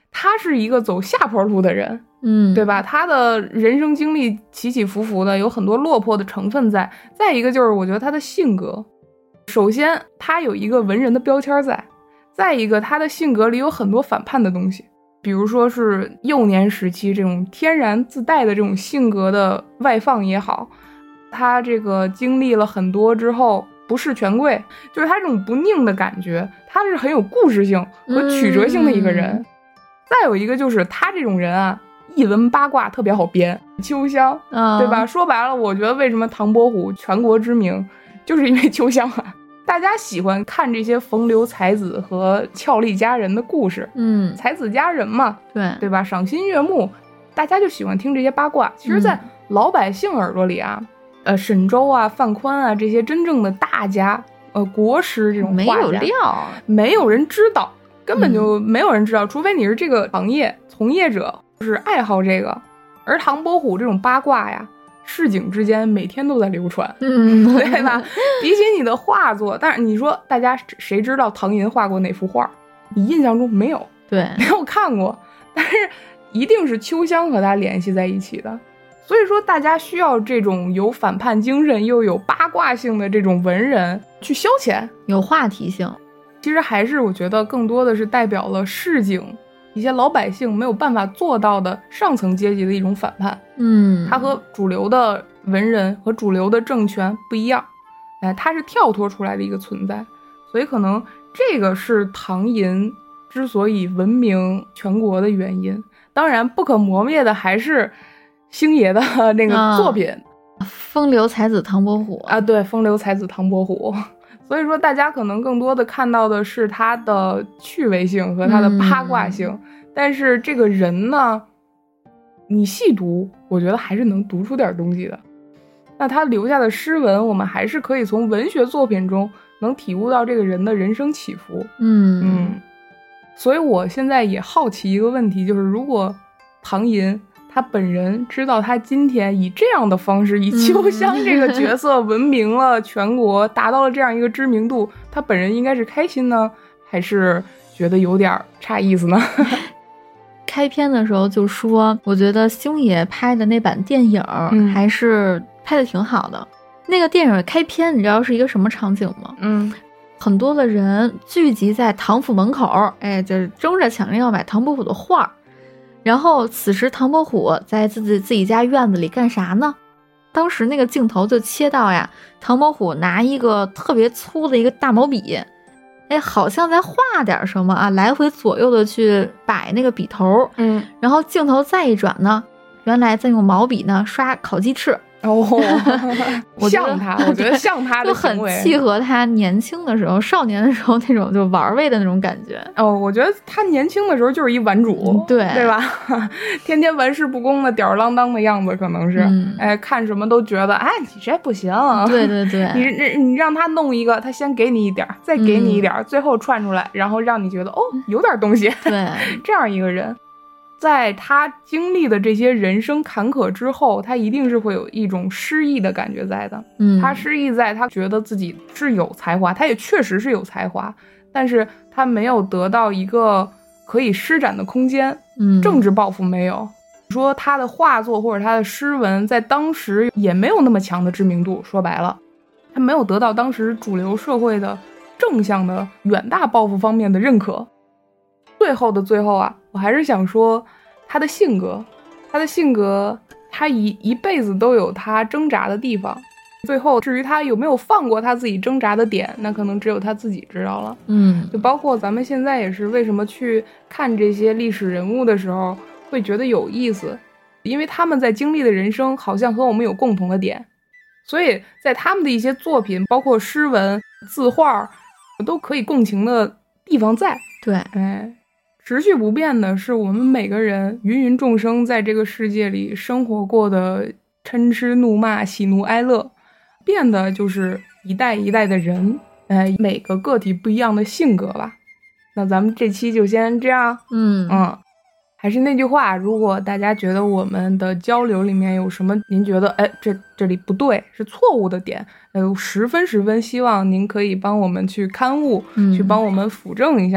他是一个走下坡路的人， 嗯， 对吧？他的人生经历起起伏伏的，有很多落魄的成分在。再一个就是我觉得他的性格，首先他有一个文人的标签在，再一个他的性格里有很多反叛的东西，比如说是幼年时期这种天然自带的这种性格的外放也好，他这个经历了很多之后不识权贵，就是他这种不拧的感觉，他是很有故事性和曲折性的一个人、嗯、再有一个就是他这种人啊，一文八卦特别好编，秋香、嗯、对吧？说白了我觉得为什么唐伯虎全国知名就是因为秋香啊，大家喜欢看这些风流才子和俏丽佳人的故事，嗯，才子佳人嘛，对对吧？赏心悦目，大家就喜欢听这些八卦。其实在老百姓耳朵里啊、嗯、呃，沈周啊、范宽啊这些真正的大家，呃，国师这种画家，没有料，没有人知道，根本就没有人知道、嗯、除非你是这个行业从业者，就是爱好这个。而唐伯虎这种八卦呀，市井之间每天都在流传，嗯，对吧？比起你的画作，但是你说大家谁知道唐寅画过哪幅画？你印象中没有，对，没有看过，但是一定是秋香和他联系在一起的。所以说大家需要这种有反叛精神又有八卦性的这种文人去消遣，有话题性。其实还是我觉得更多的是代表了市井一些老百姓没有办法做到的上层阶级的一种反叛。嗯，他和主流的文人和主流的政权不一样，哎，他是跳脱出来的一个存在。所以可能这个是唐寅之所以闻名全国的原因。当然不可磨灭的还是星爷的那个作品、啊、风流才子唐伯虎啊，对，风流才子唐伯虎。所以说大家可能更多的看到的是他的趣味性和他的八卦性、嗯、但是这个人呢，你细读我觉得还是能读出点东西的。那他留下的诗文，我们还是可以从文学作品中能体悟到这个人的人生起伏。嗯嗯，所以我现在也好奇一个问题，就是如果唐寅他本人知道他今天以这样的方式，以秋香这个角色闻名了全国，达到了这样一个知名度，他本人应该是开心呢，还是觉得有点差意思呢？开篇的时候就说，我觉得星爷拍的那版电影还是拍的挺好的、嗯、那个电影开篇你知道是一个什么场景吗？嗯，很多的人聚集在唐府门口，哎，就是争着抢着要买唐伯虎的画。然后此时唐伯虎在自己自己家院子里干啥呢？当时那个镜头就切到呀，唐伯虎拿一个特别粗的一个大毛笔，哎，好像在画点什么啊，来回左右的去摆那个笔头。嗯，然后镜头再一转呢，原来在用毛笔呢刷烤鸡翅。哦，像他，我觉得像他的行为就很契合他年轻的时候、少年的时候那种就玩味的那种感觉。哦，我觉得他年轻的时候就是一玩主，嗯、对对吧？天天玩世不恭的吊儿郎当的样子，可能是，嗯、哎，看什么都觉得，哎，你这不行。对对对，你你让他弄一个，他先给你一点，再给你一点，嗯、最后串出来，然后让你觉得哦，有点东西。对，这样一个人。在他经历的这些人生坎坷之后，他一定是会有一种失意的感觉在的。嗯，他失意在他觉得自己是有才华，他也确实是有才华，但是他没有得到一个可以施展的空间。嗯，政治抱负没有，说他的画作或者他的诗文在当时也没有那么强的知名度。说白了，他没有得到当时主流社会的正向的远大抱负方面的认可。最后的最后啊，我还是想说他的性格，他的性格，他一一辈子都有他挣扎的地方。最后，至于他有没有放过他自己挣扎的点，那可能只有他自己知道了。嗯，就包括咱们现在也是，为什么去看这些历史人物的时候会觉得有意思，因为他们在经历的人生好像和我们有共同的点，所以在他们的一些作品，包括诗文、字画，都可以共情的地方在。对，哎。持续不变的是我们每个人芸芸众生在这个世界里生活过的嗔痴怒骂喜怒哀乐，变的就是一代一代的人，呃，每个个体不一样的性格吧。那咱们这期就先这样。嗯嗯，还是那句话，如果大家觉得我们的交流里面有什么您觉得哎这这里不对是错误的点，呃，十分十分希望您可以帮我们去刊物、嗯、去帮我们辅正一下。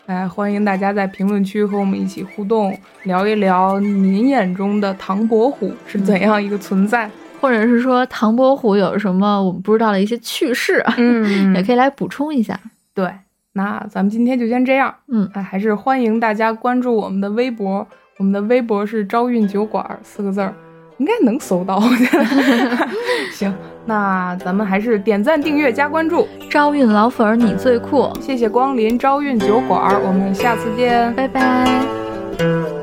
哎，欢迎大家在评论区和我们一起互动，聊一聊您眼中的唐伯虎是怎样一个存在， 或者是说唐伯虎有什么我们不知道的一些趣事， 嗯， 也可以来补充一下。 对，那咱们今天就先这样。 嗯， 哎，还是欢迎大家关注我们的微博，我们的微博是招运酒馆四个字儿，应该能搜到。行，那咱们还是点赞、订阅、加关注。 招运老粉儿你最酷， 谢谢光临招运酒馆，我们下次见， 拜拜。